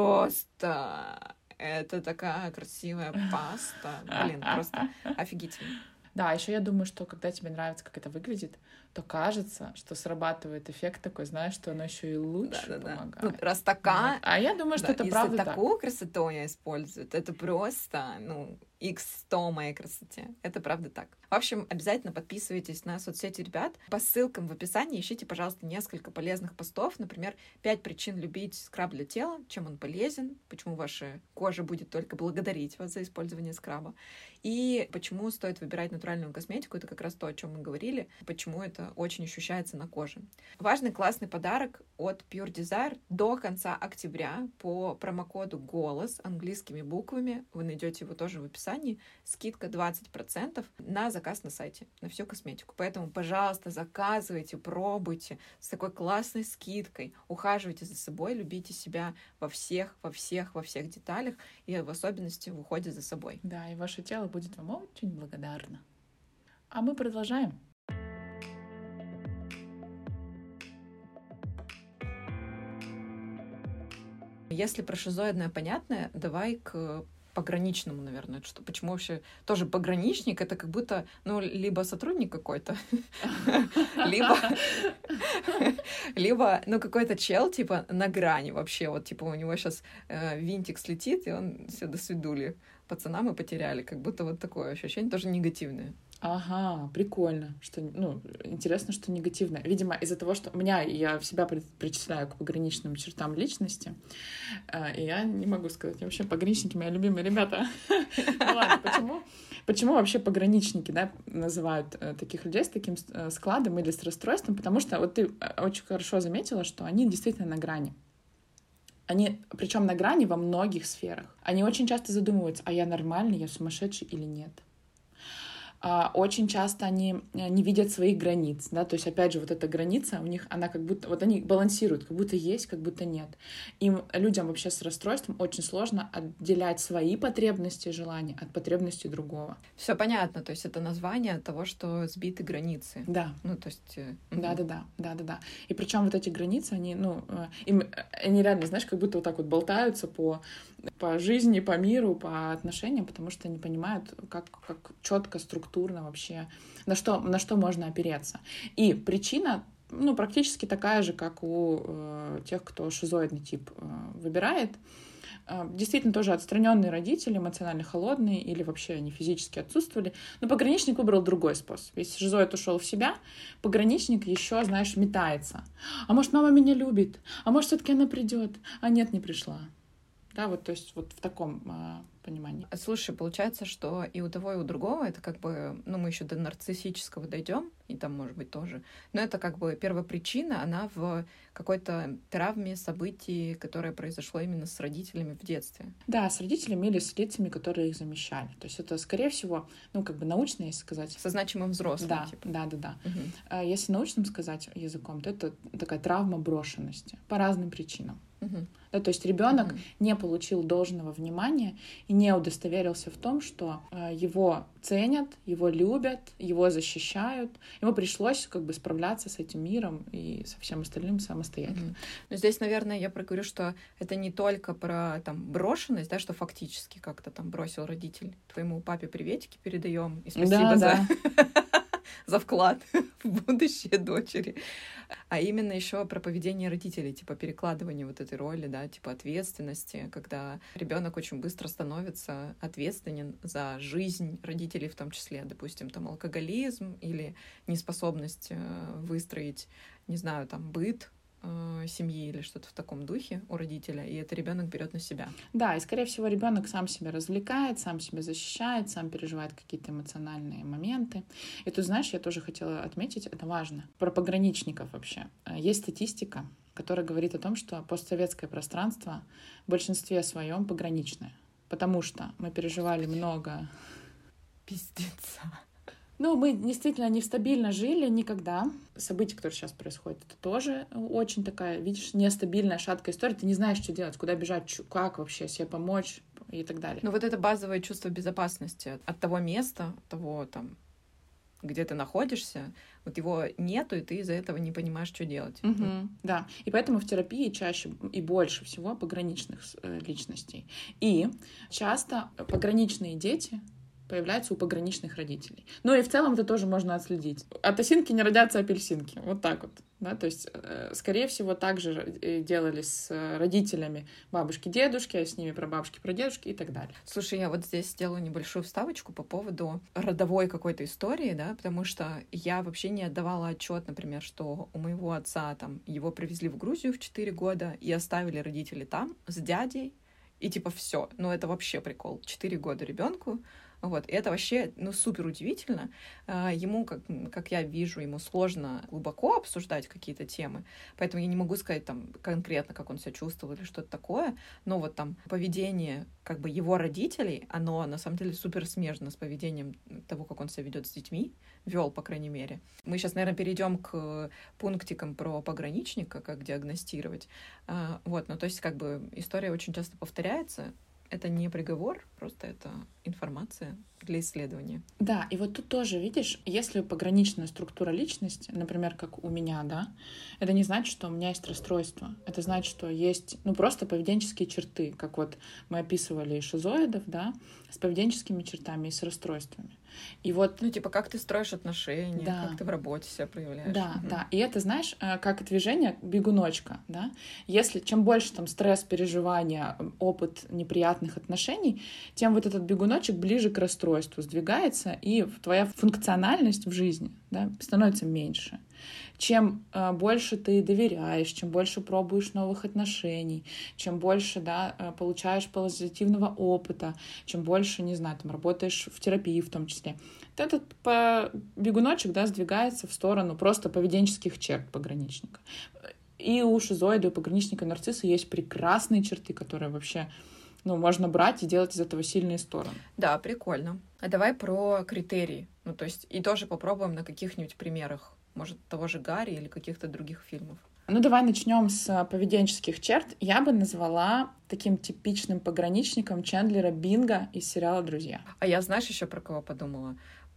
Speaker 2: просто это такая красивая паста. Блин, просто офигительно.
Speaker 1: Да, еще я думаю, что когда тебе нравится, как это выглядит, то кажется, что срабатывает эффект такой, знаешь, что оно еще и лучше помогает.
Speaker 2: Ну, раз такая...
Speaker 1: Вот. А я думаю, что это правда так.
Speaker 2: Если такую красоту они используют, это просто, x100 моей красоте. Это правда так. В общем, обязательно подписывайтесь на соцсети ребят. По ссылкам в описании ищите, пожалуйста, несколько полезных постов. Например, 5 причин любить скраб для тела, чем он полезен, почему ваша кожа будет только благодарить вас за использование скраба, и почему стоит выбирать натуральную косметику. Это как раз то, о чем мы говорили, почему это очень ощущается на коже. Важный классный подарок от Pure Desire до конца октября по промокоду «Голос» английскими буквами. Вы найдете его тоже в описании. Скидка 20% на заказ на сайте, на всю косметику. Поэтому, пожалуйста, заказывайте, пробуйте с такой классной скидкой. Ухаживайте за собой, любите себя во всех деталях и в особенности в уходе за собой.
Speaker 1: Да, и ваше тело будет вам очень благодарно. А мы продолжаем.
Speaker 2: Если про шизоидное понятное, давай к пограничному, наверное. Что, почему вообще тоже пограничник? Это как будто, либо сотрудник какой-то, либо, какой-то чел, типа, на грани вообще. Вот, типа, у него сейчас винтик слетит, и он все, до свидули. Пацана мы потеряли. Как будто вот такое ощущение, тоже негативное.
Speaker 1: Ага, прикольно, что, интересно, что негативно. Видимо, из-за того, что я себя причисляю к пограничным чертам личности, и я не могу сказать, вообще пограничники мои любимые ребята. Ну ладно, почему вообще пограничники, да, называют таких людей с таким складом или с расстройством? Потому что вот ты очень хорошо заметила, что они действительно на грани. Они, причем на грани во многих сферах. Они очень часто задумываются, а я нормальный, я сумасшедший или нет? Очень часто они не видят своих границ, да, то есть, опять же, вот эта граница у них, она как будто, вот они балансируют, как будто есть, как будто нет. Людям вообще с расстройством очень сложно отделять свои потребности и желания от потребностей другого.
Speaker 2: Все понятно, то есть это название того, что сбиты границы.
Speaker 1: Да.
Speaker 2: То есть...
Speaker 1: Да. И причем вот эти границы, они реально, знаешь, как будто вот так вот болтаются по жизни, по миру, по отношениям, потому что они понимают, как четко, структурно вообще, на что можно опереться. И причина, практически такая же, как у тех, кто шизоидный тип выбирает. Действительно, тоже отстраненные родители, эмоционально холодные или вообще они физически отсутствовали. Но пограничник выбрал другой способ. Если шизоид ушел в себя, пограничник еще, знаешь, метается. А может, мама меня любит? А может, все-таки она придет? А нет, не пришла. Да, вот, то есть вот в таком понимании.
Speaker 2: Слушай, получается, что и у того, и у другого это как бы, мы еще до нарциссического дойдем, и там, может быть, тоже. Но это как бы первопричина, она в какой-то травме, событии, которое произошло именно с родителями в детстве.
Speaker 1: Да, с родителями или с лицами, которые их замещали. То есть это, скорее всего, научно, если сказать.
Speaker 2: Со значимым взрослым.
Speaker 1: Да,
Speaker 2: типа.
Speaker 1: Да. Угу. Если научным сказать языком, то это такая травма брошенности по разным причинам.
Speaker 2: Угу.
Speaker 1: Да, то есть ребенок не получил должного внимания и не удостоверился в том, что его ценят, его любят, его защищают. Ему пришлось как бы справляться с этим миром и со всем остальным самостоятельно.
Speaker 2: Но здесь, наверное, я проговорю, что это не только про брошенность, да, что фактически как-то бросил родитель. Твоему папе приветики передаем и спасибо за вклад в будущее дочери. А именно еще про поведение родителей, типа перекладывание вот этой роли, да, типа ответственности, когда ребенок очень быстро становится ответственен за жизнь родителей в том числе, допустим, алкоголизм или неспособность выстроить, не знаю, быт семьи или что-то в таком духе у родителя, и это ребенок берет на себя.
Speaker 1: Да, и скорее всего ребенок сам себя развлекает, сам себя защищает, сам переживает какие-то эмоциональные моменты. И тут, знаешь, я тоже хотела отметить, это важно, про пограничников вообще. Есть статистика, которая говорит о том, что постсоветское пространство в большинстве своем пограничное, потому что мы переживали много...
Speaker 2: Пиздеца.
Speaker 1: Мы действительно не стабильно жили никогда. События, которые сейчас происходят, это тоже очень такая, видишь, нестабильная, шаткая история. Ты не знаешь, что делать, куда бежать, как вообще себе помочь и так далее.
Speaker 2: Вот это базовое чувство безопасности от того места, от того, где ты находишься, вот его нету, и ты из-за этого не понимаешь, что делать.
Speaker 1: Да, и поэтому в терапии чаще и больше всего пограничных личностей. И часто пограничные дети появляется у пограничных родителей. Ну и в целом это тоже можно отследить. От осинки не родятся апельсинки. Вот так вот. Да? То есть, скорее всего, так же делали с родителями бабушки, дедушки, а с ними прабабушки, прадедушки и так далее.
Speaker 2: Слушай, я вот здесь сделаю небольшую вставочку по поводу родовой какой-то истории, да, потому что я вообще не отдавала отчет, например, что у моего отца там его привезли в Грузию в 4 года и оставили родители там с дядей, и типа все. Ну, это вообще прикол. 4 года ребенку. Вот, и это вообще, ну, супер удивительно. Ему, как я вижу, ему сложно глубоко обсуждать какие-то темы, поэтому я не могу сказать там конкретно, как он себя чувствовал или что-то такое, но вот там поведение как бы его родителей, оно на самом деле супер смежно с поведением того, как он себя ведет с детьми, вел, по крайней мере. Мы сейчас, наверное, перейдем к пунктикам про пограничника, как диагностировать. Вот, ну, то есть как бы история очень часто повторяется. Это не приговор, просто это информация для исследования.
Speaker 1: Да, и вот тут тоже, видишь, если пограничная структура личности, например, как у меня, да, это не значит, что у меня есть расстройство. Это значит, что есть, ну, просто поведенческие черты, как вот мы описывали шизоидов, да, с поведенческими чертами и с расстройствами. И вот...
Speaker 2: Ну, типа, как ты строишь отношения,
Speaker 1: да,
Speaker 2: как ты в работе себя проявляешь.
Speaker 1: Да, да. И это, знаешь, как движение бегуночка, да. Если чем больше там стресс, переживания, опыт неприятных отношений, тем вот этот бегуночек ближе к расстройству сдвигается, и твоя функциональность в жизни, да, становится меньше. Чем больше ты доверяешь, чем больше пробуешь новых отношений, чем больше, да, получаешь позитивного опыта, чем больше, не знаю, там, работаешь в терапии в том числе, то этот бегуночек, да, сдвигается в сторону просто поведенческих черт пограничника. И у шизоида, и у пограничника нарцисса есть прекрасные черты, которые вообще, ну, можно брать и делать из этого сильные стороны.
Speaker 2: Да, прикольно. А давай про критерии. Ну, то есть, и тоже попробуем на каких-нибудь примерах. Может, того же Гарри или каких-то других фильмов.
Speaker 1: Ну, давай начнем с поведенческих черт. Я бы назвала таким типичным пограничником Чендлера Бинга из сериала «Друзья».
Speaker 2: А я, знаешь, еще про кого подумала?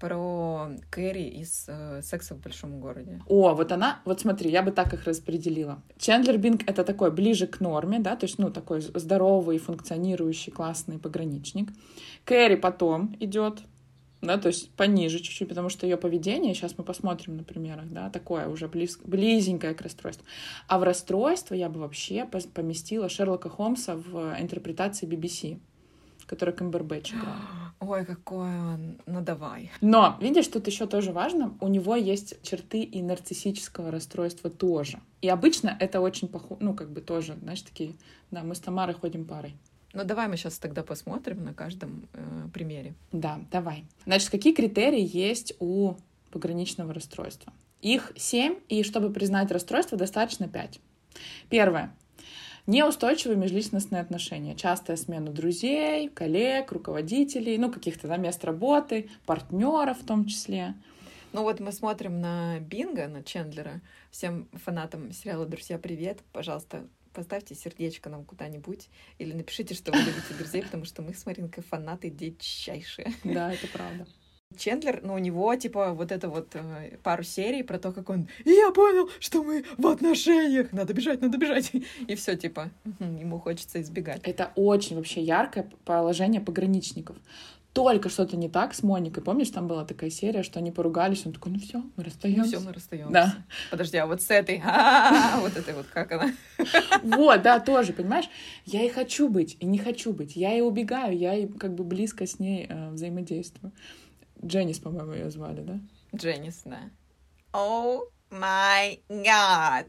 Speaker 2: Про Кэрри из «Секса в большом городе».
Speaker 1: О, вот она, вот смотри, я бы так их распределила. Чендлер Бинг — это такой ближе к норме, да, то есть, ну, такой здоровый, функционирующий, классный пограничник. Кэрри потом идет, да, то есть пониже чуть-чуть, потому что ее поведение, сейчас мы посмотрим на примерах, да, такое уже близенькое к расстройству. А в расстройство я бы вообще поместила Шерлока Холмса в интерпретации BBC, который Камбербэтч играл.
Speaker 2: Ой, какой он, ну давай.
Speaker 1: Но, видишь, тут еще тоже важно, у него есть черты и нарциссического расстройства тоже. И обычно это очень похоже, ну, как бы тоже, знаешь, такие, да, мы с Тамарой ходим парой.
Speaker 2: Ну, давай мы сейчас тогда посмотрим на каждом примере.
Speaker 1: Да, давай. Значит, какие критерии есть у пограничного расстройства? Их 7, и чтобы признать расстройство, достаточно 5. Первое. Неустойчивые межличностные отношения. Частая смена друзей, коллег, руководителей, ну, каких-то, да, мест работы, партнеров в том числе.
Speaker 2: Ну вот мы смотрим на Бинга, на Чендлера. Всем фанатам сериала «Друзья, привет!» Пожалуйста, поставьте сердечко нам куда-нибудь или напишите, что вы любите друзей, потому что мы с Маринкой фанаты дичайшие.
Speaker 1: Да, это правда.
Speaker 2: Чендлер, ну, у него, типа, вот это вот пару серий про то, как он «Я понял, что мы в отношениях! Надо бежать, надо бежать!» И все, типа, ему хочется избегать.
Speaker 1: Это очень вообще яркое положение пограничников. Только что-то не так с Моникой. Помнишь, там была такая серия, что они поругались, он такой, ну все, мы расстаемся.
Speaker 2: Ну все, мы расстаемся.
Speaker 1: Да.
Speaker 2: Подожди, а вот с этой, вот этой вот, как она?
Speaker 1: Вот, да, тоже, понимаешь? Я и хочу быть, и не хочу быть. Я и убегаю, я и как бы близко с ней взаимодействую. Дженнис, по-моему, ее звали, да?
Speaker 2: Дженнис, да. Oh my god!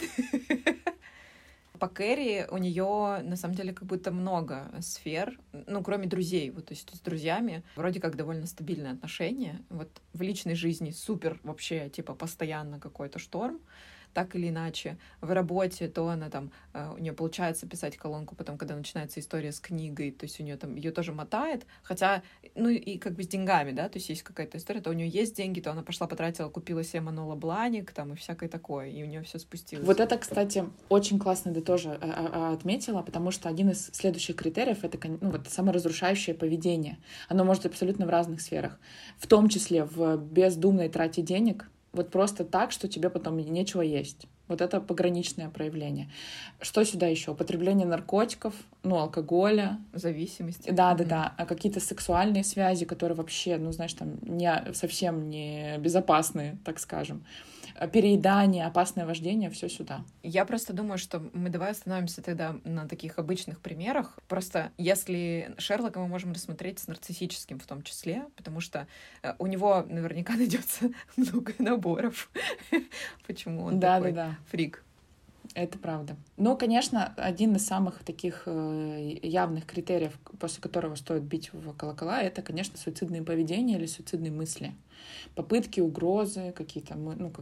Speaker 2: По Кэрри у нее на самом деле как будто много сфер, ну, кроме друзей, вот, то есть с друзьями вроде как довольно стабильные отношения. Вот в личной жизни супер вообще, типа, постоянно какой-то шторм, так или иначе. В работе то она там, у нее получается писать колонку, потом, когда начинается история с книгой, то есть у нее там, ее тоже мотает, хотя, ну, и как бы с деньгами, да, то есть есть какая-то история, то у нее есть деньги, то она пошла потратила, купила себе Манола Бланик, там, и всякое такое, и у нее все спустилось.
Speaker 1: Вот это, кстати, очень классно ты тоже отметила, потому что один из следующих критериев — это, ну, вот саморазрушающее поведение. Оно может абсолютно в разных сферах, в том числе в бездумной трате денег, вот просто так, что тебе потом нечего есть. Вот это пограничное проявление. Что сюда еще? Употребление наркотиков, алкоголя.
Speaker 2: Зависимости.
Speaker 1: Да. А какие-то сексуальные связи, которые вообще, там совсем не безопасные, так скажем. Переедание, опасное вождение, все сюда.
Speaker 2: Я просто думаю, что мы давай остановимся тогда на таких обычных примерах. Просто если Шерлока мы можем рассмотреть с нарциссическим в том числе, потому что у него наверняка найдется много наборов. Почему он такой фрик.
Speaker 1: Это правда. Конечно, один из самых таких явных критериев, после которого стоит бить в колокола, это, конечно, суицидные поведения или суицидные мысли. Попытки, угрозы, какие-то,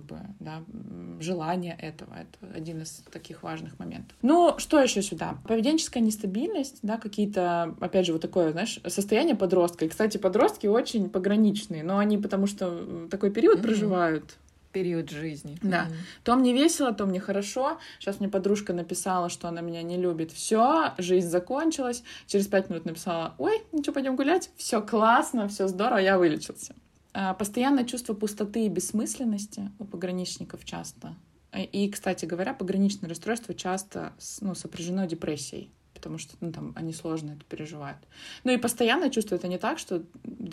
Speaker 1: желания этого. Это один из таких важных моментов. Что еще сюда? Поведенческая нестабильность, какие-то, опять же, вот такое, состояние подростка. И, кстати, подростки очень пограничные, но они потому что такой период проживают,
Speaker 2: период жизни.
Speaker 1: Да. То мне весело, то мне хорошо. Сейчас мне подружка написала, что она меня не любит. Все, жизнь закончилась. Через 5 минут написала: ой, ничего, пойдем гулять. Все классно, все здорово, я вылечился. Постоянное чувство пустоты и бессмысленности у пограничников часто. И, кстати говоря, пограничное расстройство часто сопряжено депрессией, потому что они сложно это переживают. И постоянное чувство — это не так, что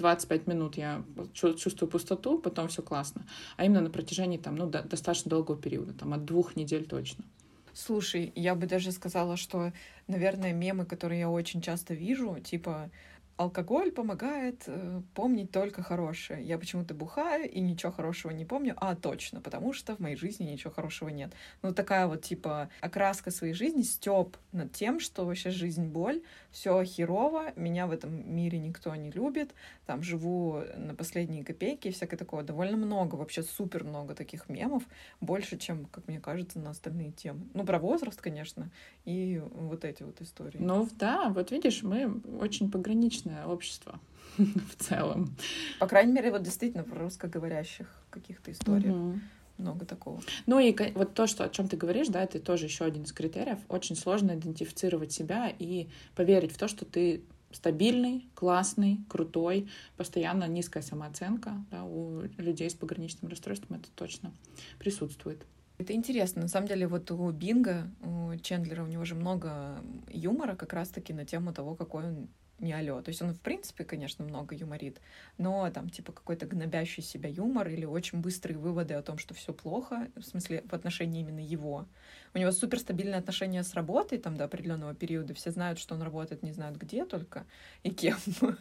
Speaker 1: 25 минут я чувствую пустоту, потом все классно, а именно на протяжении достаточно долгого периода, от 2 недель точно.
Speaker 2: Слушай, я бы даже сказала, что, наверное, мемы, которые я очень часто вижу, типа алкоголь помогает помнить только хорошее. Я почему-то бухаю и ничего хорошего не помню. Точно, потому что в моей жизни ничего хорошего нет. Такая вот, окраска своей жизни, стёб над тем, что вообще жизнь — боль, все херово, меня в этом мире никто не любит, живу на последние копейки и всякое такое. Довольно много, вообще супер много таких мемов, больше, чем, как мне кажется, на остальные темы. Про возраст, конечно, и вот эти вот истории.
Speaker 1: Вот видишь, мы очень пограничные общество в целом.
Speaker 2: По крайней мере, вот действительно в русскоговорящих каких-то историях много такого.
Speaker 1: И вот то, о чем ты говоришь, это тоже еще один из критериев. Очень сложно идентифицировать себя и поверить в то, что ты стабильный, классный, крутой, постоянно низкая самооценка. У людей с пограничным расстройством это точно присутствует.
Speaker 2: Это интересно. На самом деле, вот у Бинга, у Чендлера, у него же много юмора как раз-таки на тему того, какой он не алё. То есть он, в принципе, конечно, много юморит, но какой-то гнобящий себя юмор или очень быстрые выводы о том, что все плохо, в смысле, в отношении именно его. У него суперстабильные отношения с работой до определенного периода. Все знают, что он работает, не знают где только и кем.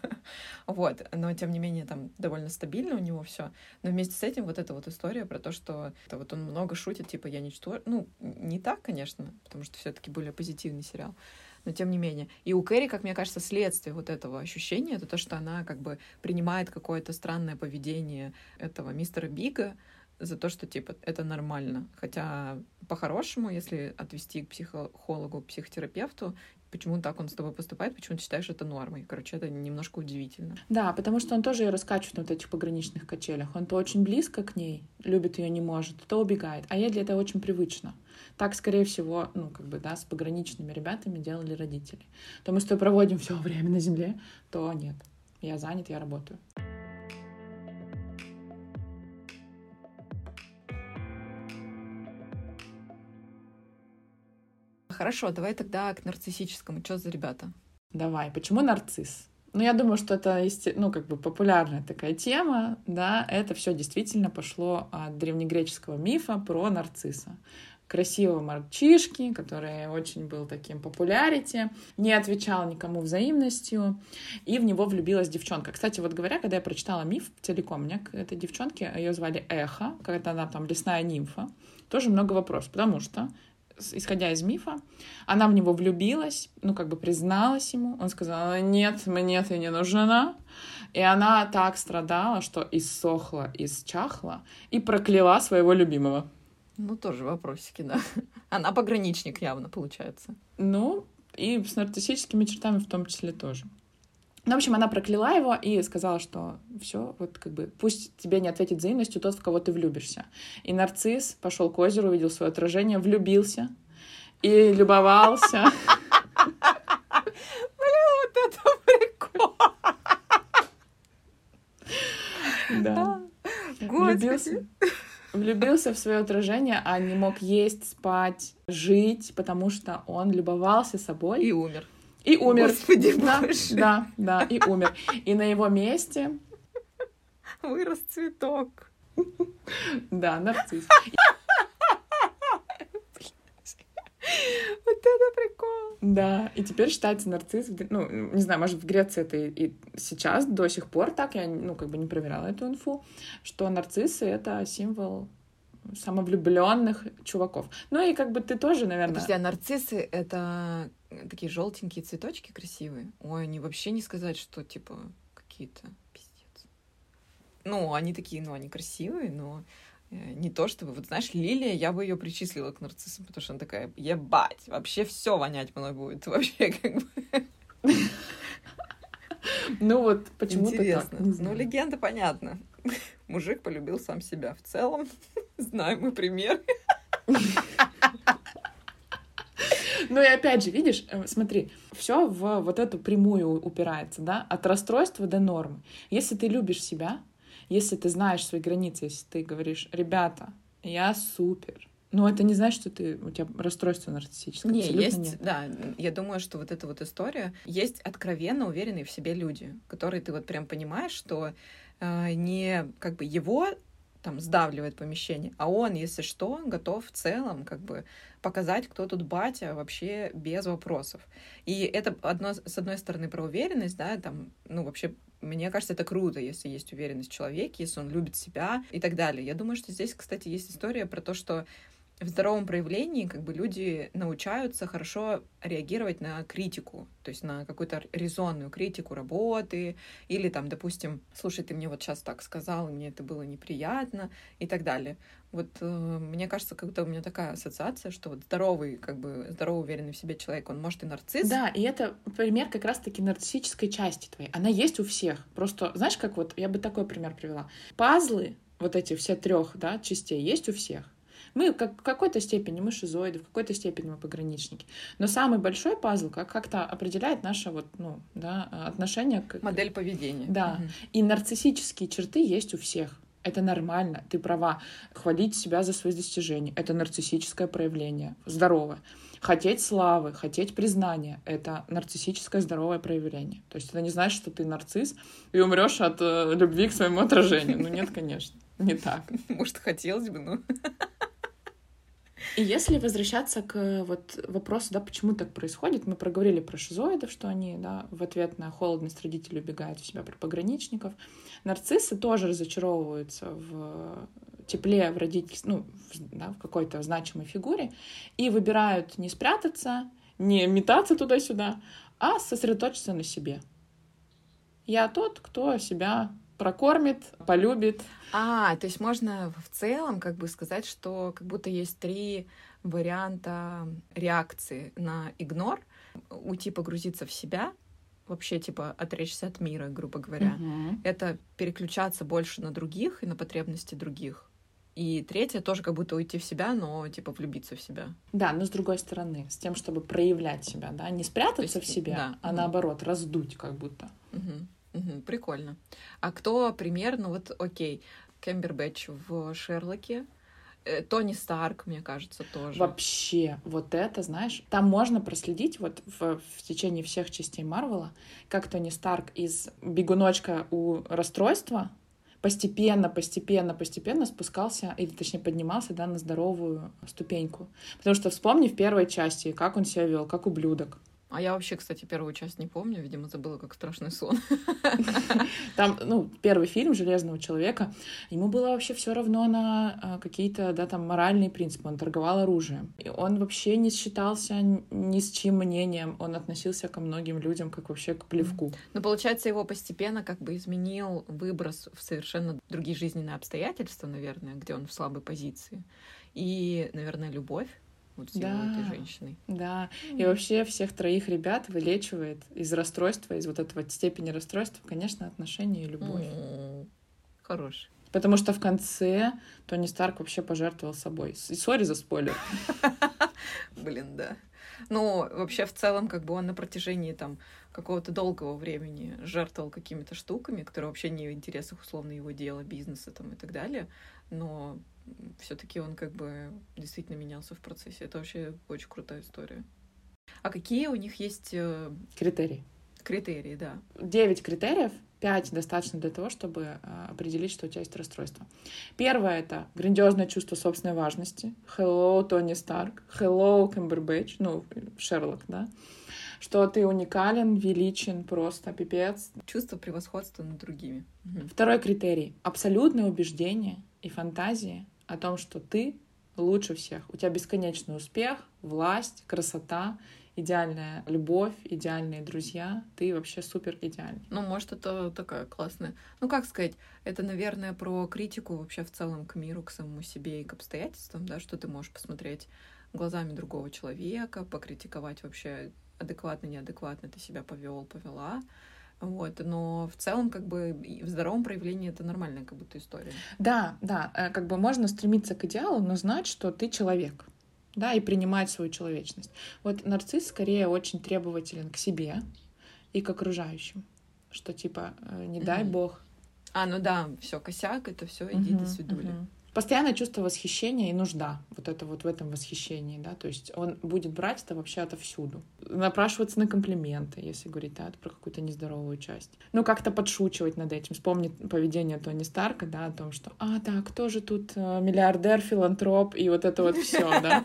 Speaker 2: Вот. Но, тем не менее, довольно стабильно у него все. Но вместе с этим вот эта вот история про то, что он много шутит, я ничтожество. Не так, конечно, потому что все-таки более позитивный сериал. Но тем не менее. И у Кэрри, как мне кажется, следствие вот этого ощущения, это то, что она принимает какое-то странное поведение этого мистера Бига за то, что, это нормально. Хотя, по-хорошему, если отвести к психологу, к психотерапевту, почему так он с тобой поступает, почему ты считаешь это нормой. Короче, это немножко удивительно.
Speaker 1: Да, потому что он тоже ее раскачивает на вот этих пограничных качелях. Он то очень близко к ней, любит ее, не может, то убегает. А ей для этого очень привычно. Так, скорее всего, с пограничными ребятами делали родители. То мы с тобой проводим все время на земле, то нет. Я занят, я работаю.
Speaker 2: Хорошо, давай тогда к нарциссическому. Что за ребята?
Speaker 1: Давай. Почему нарцисс? Я думаю, что это, популярная такая тема, это все действительно пошло от древнегреческого мифа про нарцисса. Красивого мальчишки, который очень был таким популярити, не отвечал никому взаимностью, и в него влюбилась девчонка. Кстати, вот говоря, когда я прочитала миф целиком, у меня к этой девчонке, ее звали Эхо, когда она лесная нимфа, тоже много вопросов, потому что, исходя из мифа, она в него влюбилась, призналась ему, он сказал: нет, мне ты не нужна, и она так страдала, что иссохла, исчахла и прокляла своего любимого.
Speaker 2: Тоже вопросики, да. Она пограничник явно, получается.
Speaker 1: И с нарциссическими чертами в том числе тоже. В общем, она прокляла его и сказала, что все, пусть тебе не ответит взаимностью тот, в кого ты влюбишься. И нарцисс пошел к озеру, увидел свое отражение, влюбился и любовался.
Speaker 2: Вот это прикол!
Speaker 1: Да. влюбился в свое отражение, а не мог есть, спать, жить, потому что он любовался собой.
Speaker 2: И умер.
Speaker 1: И умер.
Speaker 2: Господи
Speaker 1: да,
Speaker 2: боже.
Speaker 1: да, и умер. И на его месте...
Speaker 2: Вырос цветок.
Speaker 1: Да, нарцисс.
Speaker 2: Вот это прикол.
Speaker 1: Да, и теперь считается нарцисс, ну, не знаю, может, в Греции это и сейчас до сих пор так, я, ну, как бы не проверяла эту инфу, что нарциссы — это символ самовлюбленных чуваков. Ну и как бы ты тоже, наверное...
Speaker 2: Подожди, а нарциссы — это такие желтенькие цветочки красивые? Ой, они вообще не сказать, что, типа, какие-то пиздец. Ну, они такие, ну, они красивые, но... Не то чтобы, вот знаешь, лилия, я бы ее причислила к нарциссам, потому что она такая, ебать, вообще все вонять мной будет, вообще как бы.
Speaker 1: Ну вот почему-то
Speaker 2: интересно.
Speaker 1: так.
Speaker 2: Ну, легенда понятна. Мужик полюбил сам себя. В целом, знаем мы пример.
Speaker 1: Ну и опять же, видишь, смотри, все в вот эту прямую упирается, да, от расстройства до нормы. Если ты любишь себя, если ты знаешь свои границы, если ты говоришь, ребята, я супер, но это не значит, что у тебя расстройство нарциссическое.
Speaker 2: Не,
Speaker 1: абсолютно
Speaker 2: есть,
Speaker 1: нет.
Speaker 2: да, я думаю, что вот эта вот история, есть откровенно уверенные в себе люди, которые ты вот прям понимаешь, что не как бы его там сдавливает помещение, а он, если что, готов в целом как бы показать, кто тут батя вообще без вопросов. И это с одной стороны про уверенность, да, там, ну вообще мне кажется, это круто, если есть уверенность в человеке, если он любит себя и так далее. Я думаю, что здесь, кстати, есть история про то, что в здоровом проявлении как бы люди научаются хорошо реагировать на критику, то есть на какую-то резонную критику работы или там, допустим, слушай, ты мне вот сейчас так сказал, мне это было неприятно и так далее. Вот мне кажется, как-то у меня такая ассоциация, что вот здоровый, как бы здоровый, уверенный в себе человек, он может и нарцисс.
Speaker 1: Да, и это пример как раз-таки нарциссической части твоей. Она есть у всех. Просто, знаешь, как вот, я бы такой пример привела. Пазлы, вот эти все 3, да, частей, есть у всех. Мы в какой-то степени мы шизоиды, в какой-то степени мы пограничники. Но самый большой пазл как-то определяет наше вот, ну, да, отношение к...
Speaker 2: Модель поведения.
Speaker 1: Да. И нарциссические черты есть у всех. Это нормально, ты права. Хвалить себя за свои достижения — это нарциссическое проявление, здоровое. Хотеть славы, хотеть признания — это нарциссическое здоровое проявление. То есть это не значит, что ты нарцисс и умрешь от любви к своему отражению. Ну нет, конечно, не так.
Speaker 2: Может, хотелось бы, но...
Speaker 1: И если возвращаться к вот вопросу, да, почему так происходит, мы проговорили про шизоидов, что они, да, в ответ на холодность родителей убегают в себя, про пограничников. Нарциссы тоже разочаровываются в тепле, в родительстве, ну, да, в какой-то значимой фигуре, и выбирают не спрятаться, не метаться туда-сюда, а сосредоточиться на себе. Я тот, кто себя прокормит, полюбит.
Speaker 2: То есть можно в целом как бы сказать, что как будто есть 3 варианта реакции на игнор. Уйти погрузиться в себя, вообще типа отречься от мира, грубо говоря. Это переключаться больше на других и на потребности других. И 3 тоже как будто уйти в себя, но типа влюбиться в себя.
Speaker 1: Да, но с другой стороны, с тем, чтобы проявлять себя, да, не спрятаться в себя, да. А наоборот, раздуть как будто.
Speaker 2: Прикольно. А кто примерно, вот окей, Кэмбербэтч в Шерлоке, Тони Старк, мне кажется, тоже.
Speaker 1: Вообще, вот это, знаешь, там можно проследить вот в течение всех частей Марвела, как Тони Старк из бегуночка у расстройства постепенно спускался, или точнее поднимался, да, на здоровую ступеньку. Потому что вспомни в первой части, как он себя вел, как ублюдок.
Speaker 2: А я вообще, кстати, первую часть не помню, видимо, забыла, как страшный сон.
Speaker 1: Там, ну, первый фильм «Железного человека», ему было вообще все равно на какие-то, да, там, моральные принципы. Он торговал оружием. И он вообще не считался ни с чьим мнением. Он относился ко многим людям как вообще к плевку.
Speaker 2: Ну, получается, его постепенно как бы изменил выброс в совершенно другие жизненные обстоятельства, наверное, где он в слабой позиции. И, наверное, любовь. Вот с его этой женщиной.
Speaker 1: Да, и вообще всех 3 ребят вылечивает из расстройства, из вот этого степени расстройства, конечно, отношения и любовь.
Speaker 2: Хорош.
Speaker 1: Потому что в конце Тони Старк вообще пожертвовал собой. И сори за спойлер.
Speaker 2: Блин, да. Ну, вообще, в целом, как бы он на протяжении там какого-то долгого времени жертвовал какими-то штуками, которые вообще не в интересах, условно, его дела, бизнеса там и так далее. Но все-таки он как бы действительно менялся в процессе. Это вообще очень крутая история. А какие у них есть
Speaker 1: Критерий.
Speaker 2: критерии, да?
Speaker 1: 9 критериев, 5 достаточно для того, чтобы определить, что у тебя есть расстройство. Первое — это грандиозное чувство собственной важности. Hello, Тони Старк. Hello, Камбербэтч. Ну, Шерлок, да? Что ты уникален, величен, просто пипец.
Speaker 2: Чувство превосходства над другими.
Speaker 1: Второй критерий — абсолютное убеждение и фантазии о том, что ты лучше всех. У тебя бесконечный успех, власть, красота, идеальная любовь, идеальные друзья. Ты вообще супер идеальный.
Speaker 2: Ну, может, это такая классная... Ну, как сказать, это, наверное, про критику вообще в целом к миру, к самому себе и к обстоятельствам, да, что ты можешь посмотреть глазами другого человека, покритиковать вообще адекватно, неадекватно ты себя повела. Вот, но в целом, как бы, в здоровом проявлении это нормальная как будто история.
Speaker 1: Да, как бы можно стремиться к идеалу, но знать, что ты человек, да, и принимать свою человечность. Вот нарцисс скорее очень требователен к себе и к окружающим, что типа не дай бог.
Speaker 2: Ну да, все косяк, это все иди до свидули.
Speaker 1: Постоянное чувство восхищения и нужда вот это вот в этом восхищении, да, то есть он будет брать это вообще отовсюду. Напрашиваться на комплименты, если говорить, да, про какую-то нездоровую часть. Ну, как-то подшучивать над этим. Вспомнить поведение Тони Старка, да, о том, что, да, кто же тут миллиардер, филантроп и вот это вот все, да.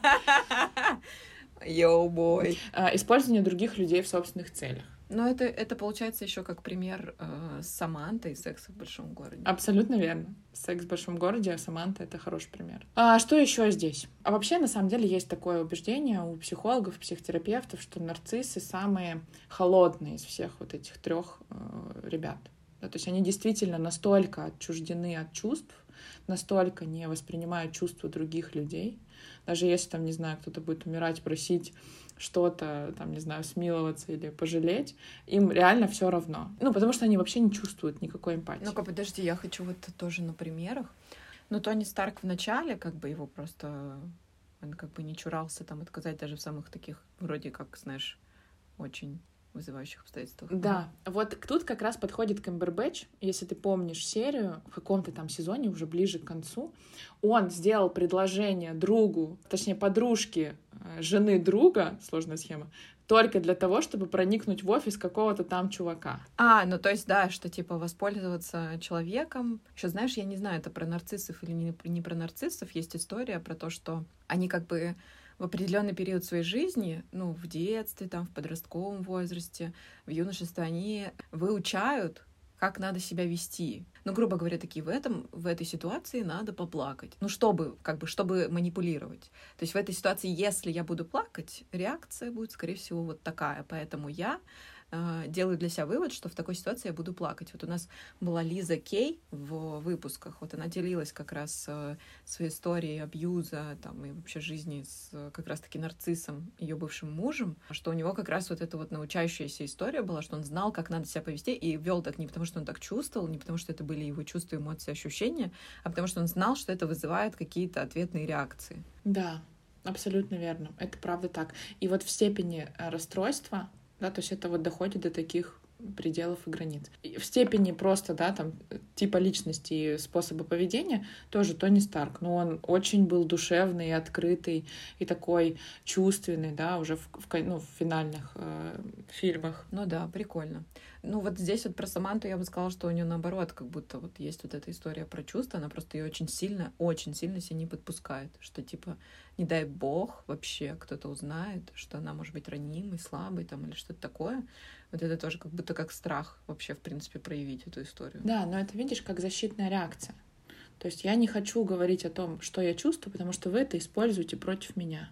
Speaker 2: Йоу-бой.
Speaker 1: Использование других людей в собственных целях.
Speaker 2: Но это получается еще как пример Саманты и «Секса в большом городе».
Speaker 1: Абсолютно верно. «Секс в большом городе», Саманта — это хороший пример. А что еще здесь? А вообще, на самом деле, есть такое убеждение у психологов, психотерапевтов, что нарциссы самые холодные из всех вот этих 3 ребят. Да, то есть они действительно настолько отчуждены от чувств, настолько не воспринимают чувства других людей. Даже если, там, не знаю, кто-то будет умирать, просить что-то, там, не знаю, смиловаться или пожалеть, им реально все равно. Ну, потому что они вообще не чувствуют никакой эмпатии.
Speaker 2: Ну-ка, подожди, я хочу вот тоже на примерах. Ну, Тони Старк в начале, как бы его просто... Он как бы не чурался там отказать даже в самых таких, вроде как, знаешь, очень вызывающих обстоятельствах.
Speaker 1: Да, вот тут как раз подходит Камбербэтч, если ты помнишь серию, в каком-то там сезоне, уже ближе к концу, он сделал предложение другу, точнее, подружке жены друга, сложная схема, только для того, чтобы проникнуть в офис какого-то там чувака.
Speaker 2: Ну то есть, да, что типа воспользоваться человеком. Еще, знаешь, я не знаю, это про нарциссов или не про нарциссов, есть история про то, что они как бы в определенный период своей жизни, ну, в детстве, там, в подростковом возрасте, в юношестве, они выучают, как надо себя вести. Ну, грубо говоря, такие в этой ситуации надо поплакать. Ну, чтобы манипулировать. То есть в этой ситуации, если я буду плакать, реакция будет, скорее всего, вот такая. Поэтому я делаю для себя вывод, что в такой ситуации я буду плакать. Вот у нас была Лиза Кей в выпусках, вот она делилась как раз своей историей абьюза там, и вообще жизни с как раз-таки нарциссом, ее бывшим мужем, что у него как раз вот эта вот научающаяся история была, что он знал, как надо себя повести, и вел так не потому, что он так чувствовал, не потому, что это были его чувства, эмоции, ощущения, а потому, что он знал, что это вызывает какие-то ответные реакции.
Speaker 1: Да, абсолютно верно. Это правда так. И вот в степени расстройства, да, то есть это вот доходит до таких пределов и границ. И в степени просто, да, там, типа личности и способа поведения тоже Тони Старк. Но он очень был душевный и открытый, и такой чувственный, да, уже в финальных фильмах.
Speaker 2: Ну да, прикольно. Ну вот здесь вот про Саманту я бы сказала, что у нее наоборот, как будто вот есть вот эта история про чувства, она просто ее очень сильно себе не подпускает, что типа, не дай бог вообще кто-то узнает, что она может быть ранимой, слабой там или что-то такое. Вот это тоже как будто как страх вообще, в принципе, проявить эту историю.
Speaker 1: Да, но это, видишь, как защитная реакция. То есть я не хочу говорить о том, что я чувствую, потому что вы это используете против меня.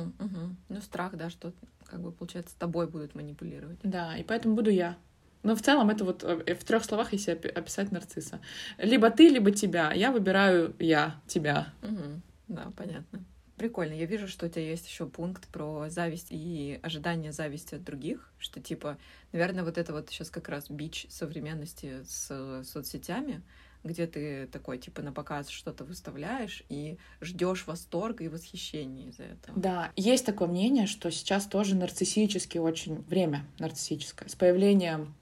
Speaker 2: Ну, страх, да, что, как бы, получается, тобой будут манипулировать.
Speaker 1: Да, и поэтому буду я. Но в целом это вот в 3 словах, если описать нарцисса. Либо ты, либо тебя. Я выбираю тебя.
Speaker 2: Да, понятно. Прикольно. Я вижу, что у тебя есть еще пункт про зависть и ожидание зависти от других, что, типа, наверное, вот это вот сейчас как раз бич современности с соцсетями, где ты такой, типа, на показ что-то выставляешь и ждешь восторга и восхищения из-за этого.
Speaker 1: Да, есть такое мнение, что сейчас тоже нарциссически очень время нарциссическое. С появлением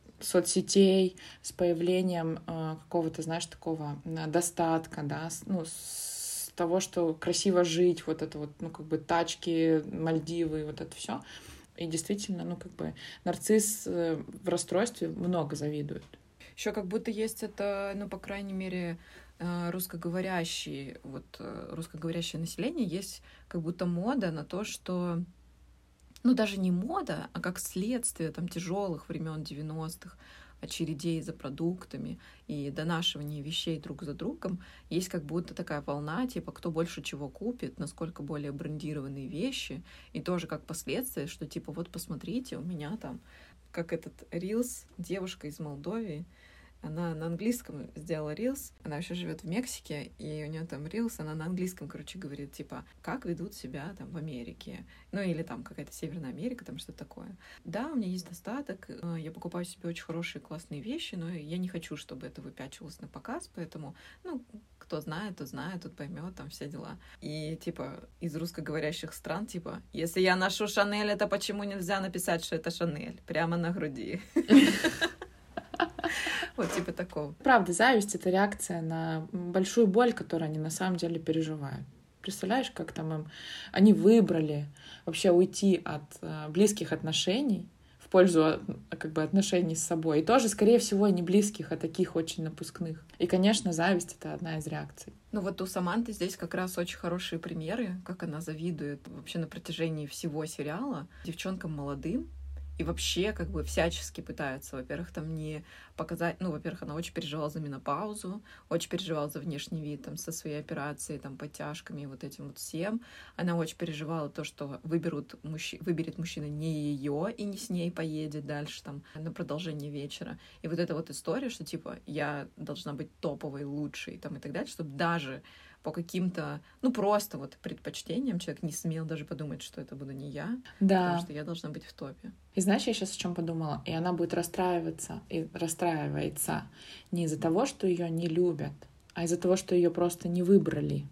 Speaker 1: соцсетей, с появлением какого-то, знаешь, такого достатка, да, того, что красиво жить, вот это вот, ну, как бы тачки, Мальдивы, вот это все. И действительно, ну, как бы нарцисс в расстройстве много завидует.
Speaker 2: Еще как будто есть это, ну, по крайней мере, русскоговорящее население, есть как будто мода на то, что, ну, даже не мода, а как следствие там тяжелых времен 90-х, очередей за продуктами и донашивания вещей друг за другом, есть как будто такая волна, типа, кто больше чего купит, насколько более брендированные вещи, и тоже как последствие, что, типа, вот посмотрите, у меня там, как этот Reels, девушка из Молдовии, она на английском сделала рилс, она вообще живет в Мексике, и у нее там рилс, она на английском, короче, говорит, типа, как ведут себя там в Америке, ну или там какая-то Северная Америка, там что-то такое. Да, у меня есть достаток, я покупаю себе очень хорошие, классные вещи, но я не хочу, чтобы это выпячивалось на показ, поэтому, ну, кто знает, тот знает, тот поймет, там все дела. И, типа, из русскоговорящих стран, типа, если я ношу Шанель, это почему нельзя написать, что это Шанель? Прямо на груди. Вот типа такого.
Speaker 1: Правда, зависть — это реакция на большую боль, которую они на самом деле переживают. Представляешь, как там они выбрали вообще уйти от близких отношений в пользу как бы отношений с собой. И тоже, скорее всего, не близких, а таких очень напускных. И, конечно, зависть — это одна из реакций.
Speaker 2: Ну вот у Саманты здесь как раз очень хорошие примеры, как она завидует вообще на протяжении всего сериала девчонкам молодым, и вообще как бы всячески пытается, во-первых, там не показать... Ну, во-первых, она очень переживала за менопаузу, очень переживала за внешний вид там, со своей операцией, там, подтяжками и вот этим вот всем. Она очень переживала то, что выберет мужчина не ее и не с ней поедет дальше там на продолжение вечера. И вот эта вот история, что типа я должна быть топовой, лучшей там, и так далее, чтобы даже по каким-то, ну, просто вот предпочтениям человек не смел даже подумать, что это буду не я,
Speaker 1: да.
Speaker 2: Потому что я должна быть в топе.
Speaker 1: И знаешь, я сейчас о чем подумала? И она будет расстраиваться и расстраивается не из-за того, что ее не любят, а из-за того, что ее просто не выбрали.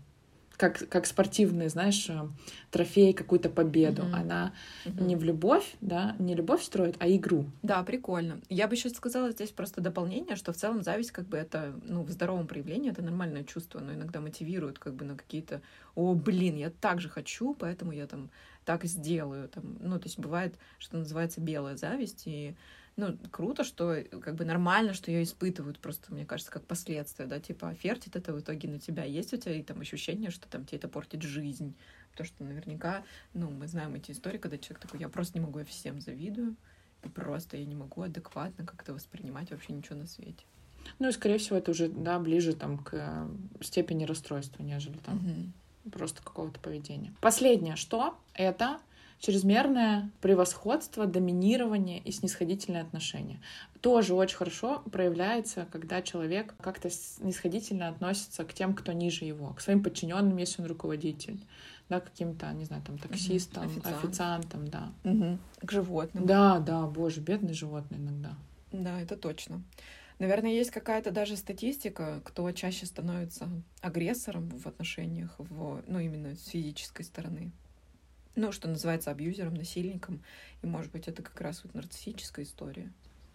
Speaker 1: Как спортивный, знаешь, трофей, какую-то победу. Она не в любовь, да, не любовь строит, а игру.
Speaker 2: Да, прикольно. Я бы еще сказала здесь просто дополнение, что в целом зависть как бы это, ну, в здоровом проявлении это нормальное чувство, но иногда мотивирует как бы на какие-то, о, блин, я так же хочу, поэтому я там так сделаю. Там, ну, то есть бывает, что называется белая зависть, и ну, круто, что как бы нормально, что ее испытывают просто, мне кажется, как последствия, да, типа, фертит это в итоге на тебя. Есть у тебя и там ощущение, что там тебе это портит жизнь? Потому что наверняка, ну, мы знаем эти истории, когда человек такой, я просто не могу, я всем завидую, и просто я не могу адекватно как-то воспринимать вообще ничего на свете.
Speaker 1: Ну, и, скорее всего, это уже, да, ближе там к степени расстройства, нежели там просто какого-то поведения. Последнее, что это чрезмерное превосходство, доминирование и снисходительное отношение. Тоже очень хорошо проявляется, когда человек как-то снисходительно относится к тем, кто ниже его, к своим подчиненным, если он руководитель, да, каким-то, не знаю, там, таксистам, официантам, да.
Speaker 2: К животным.
Speaker 1: Да, боже, бедные животные иногда.
Speaker 2: Да, это точно. Наверное, есть какая-то даже статистика, кто чаще становится агрессором в отношениях, ну, именно с физической стороны. Ну, что называется абьюзером, насильником. И, может быть, это как раз вот нарциссическая история.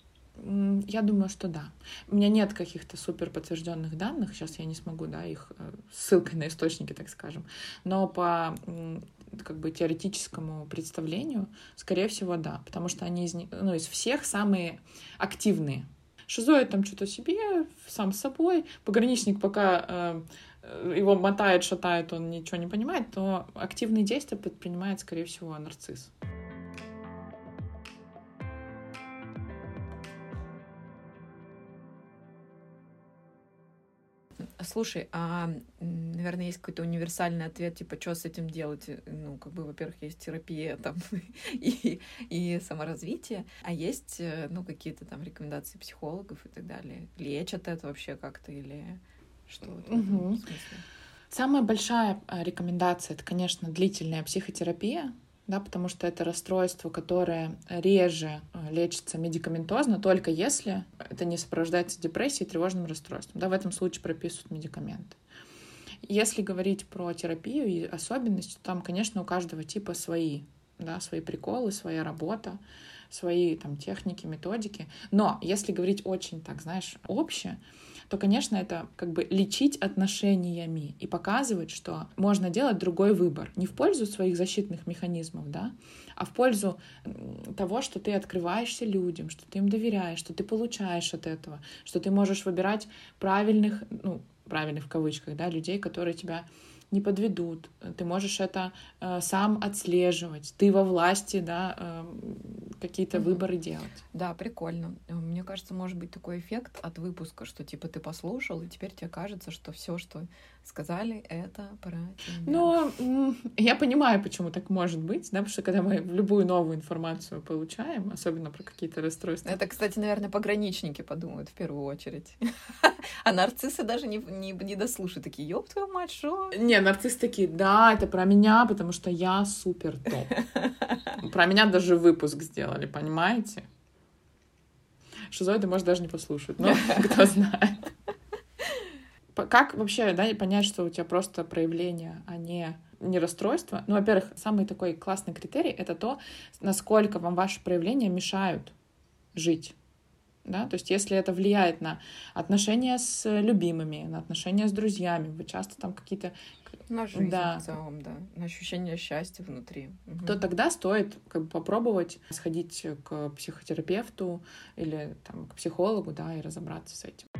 Speaker 1: Я думаю, что да. У меня нет каких-то супер подтвержденных данных. Сейчас я не смогу, да, их ссылкой на источники, так скажем. Но по как бы теоретическому представлению, скорее всего, да. Потому что они из всех самые активные. Шизоид там что-то себе, сам с собой. Пограничник пока его мотает, шатает, он ничего не понимает, то активные действия предпринимает, скорее всего, нарцисс.
Speaker 2: Слушай, наверное, есть какой-то универсальный ответ, типа, что с этим делать? Ну, как бы, во-первых, есть терапия там и саморазвитие, а есть, ну, какие-то там рекомендации психологов и так далее. Лечат это вообще как-то или что в этом смысле?
Speaker 1: Самая большая рекомендация — это, конечно, длительная психотерапия, да, потому что это расстройство, которое реже лечится медикаментозно, только если это не сопровождается депрессией и тревожным расстройством. Да, в этом случае прописывают медикаменты. Если говорить про терапию и особенности, то там, конечно, у каждого типа свои приколы, своя работа, свои там техники, методики. Но если говорить очень, так, знаешь, обще, то, конечно, это как бы лечить отношениями и показывать, что можно делать другой выбор. Не в пользу своих защитных механизмов, да, а в пользу того, что ты открываешься людям, что ты им доверяешь, что ты получаешь от этого, что ты можешь выбирать правильных, ну, правильных в кавычках, да, людей, которые тебя не подведут. Ты можешь это сам отслеживать. Ты во власти, да, какие-то выборы делать.
Speaker 2: Да, прикольно. Мне кажется, может быть такой эффект от выпуска, что типа ты послушал, и теперь тебе кажется, что все, что сказали, это про тебя.
Speaker 1: Но я понимаю, почему так может быть, да, потому что когда мы любую новую информацию получаем, особенно про какие-то расстройства.
Speaker 2: Это, кстати, наверное, пограничники подумают в первую очередь. А нарциссы даже не дослушают, такие, ёб твою мать, шо?
Speaker 1: Не, нарциссы такие, да, это про меня, потому что я супер топ. Про меня даже выпуск сделали, понимаете? Шизоиды, может, даже не послушают, но кто знает. Как вообще, да, понять, что у тебя просто проявление, а не расстройство? Ну, во-первых, самый такой классный критерий — это то, насколько вам ваши проявления мешают жить. Да? То есть если это влияет на отношения с любимыми, на отношения с друзьями, вы часто там какие-то...
Speaker 2: На жизнь в целом, да. На ощущение счастья внутри.
Speaker 1: То тогда стоит как бы попробовать сходить к психотерапевту или там, к психологу, да, и разобраться с этим.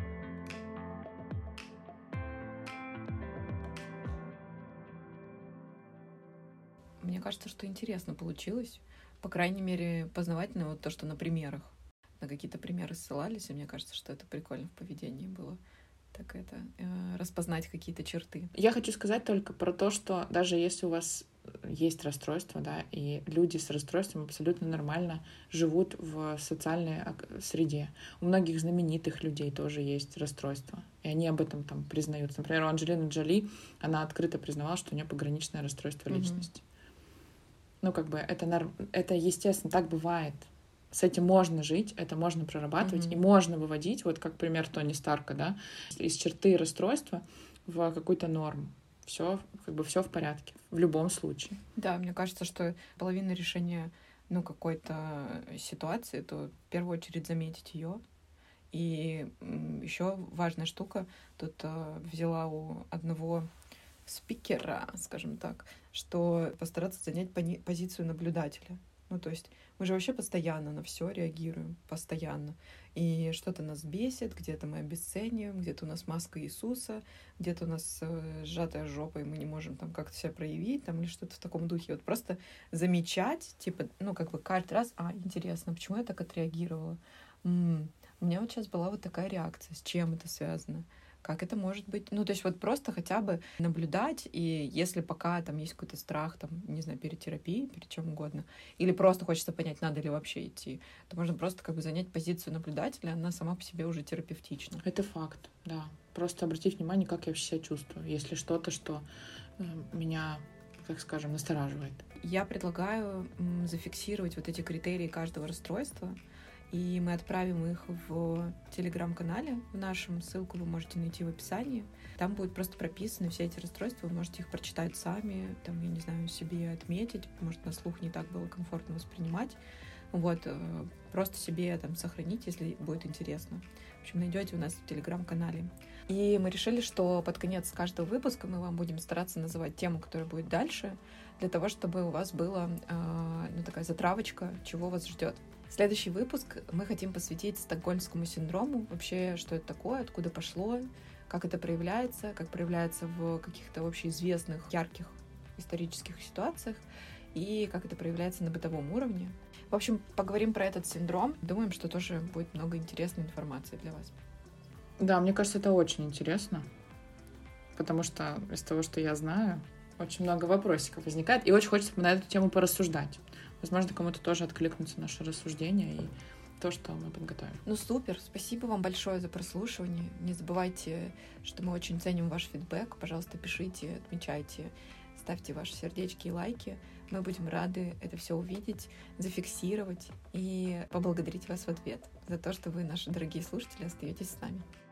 Speaker 2: Мне кажется, что интересно получилось. По крайней мере, познавательно вот то, что на примерах. На какие-то примеры ссылались, и мне кажется, что это прикольно в поведении было. Так это, распознать какие-то черты.
Speaker 1: Я хочу сказать только про то, что даже если у вас есть расстройство, да, и люди с расстройством абсолютно нормально живут в социальной среде. У многих знаменитых людей тоже есть расстройство, и они об этом там признаются. Например, у Анджелины Джоли, она открыто признавала, что у нее пограничное расстройство личности. Ну, как бы это естественно, так бывает. С этим можно жить, это можно прорабатывать, и можно выводить, вот как пример Тони Старка, да, из черты расстройства в какую-то норму. Все, как бы все в порядке, в любом случае.
Speaker 2: Да, мне кажется, что половина решения, ну, какой-то ситуации, то в первую очередь заметить ее. И еще важная штука, тут взяла у одного спикера, скажем так, что постараться занять позицию наблюдателя. Ну, то есть мы же вообще постоянно на все реагируем, постоянно. И что-то нас бесит, где-то мы обесцениваем, где-то у нас маска Иисуса, где-то у нас сжатая жопа, и мы не можем там как-то себя проявить, там, или что-то в таком духе. Вот просто замечать, типа, ну, как бы каждый раз, интересно, почему я так отреагировала? У меня вот сейчас была вот такая реакция, с чем это связано? Как это может быть? Ну, то есть вот просто хотя бы наблюдать, и если пока там есть какой-то страх, там, не знаю, перед терапией, перед чем угодно, или просто хочется понять, надо ли вообще идти, то можно просто как бы занять позицию наблюдателя, она сама по себе уже терапевтична.
Speaker 1: Это факт, да. Просто обратить внимание, как я вообще себя чувствую, если что-то, что меня, так скажем, настораживает.
Speaker 2: Я предлагаю зафиксировать вот эти критерии каждого расстройства, и мы отправим их в телеграм-канале в нашем. Ссылку вы можете найти в описании. Там будут просто прописаны все эти расстройства. Вы можете их прочитать сами, там, я не знаю, себе отметить. Может, на слух не так было комфортно воспринимать. Вот, просто себе там сохранить, если будет интересно. В общем, найдете у нас в телеграм-канале. И мы решили, что под конец каждого выпуска мы вам будем стараться называть тему, которая будет дальше, для того, чтобы у вас была такая затравочка, чего вас ждет. Следующий выпуск мы хотим посвятить стокгольмскому синдрому. Вообще, что это такое, откуда пошло, как это проявляется, как проявляется в каких-то общеизвестных, ярких исторических ситуациях и как это проявляется на бытовом уровне. В общем, поговорим про этот синдром. Думаем, что тоже будет много интересной информации для вас.
Speaker 1: Да, мне кажется, это очень интересно, потому что из того, что я знаю, очень много вопросиков возникает, и очень хочется на эту тему порассуждать. Возможно, кому-то тоже откликнутся наши рассуждения и то, что мы подготовим.
Speaker 2: Ну, супер. Спасибо вам большое за прослушивание. Не забывайте, что мы очень ценим ваш фидбэк. Пожалуйста, пишите, отмечайте, ставьте ваши сердечки и лайки. Мы будем рады это все увидеть, зафиксировать и поблагодарить вас в ответ за то, что вы, наши дорогие слушатели, остаетесь с нами.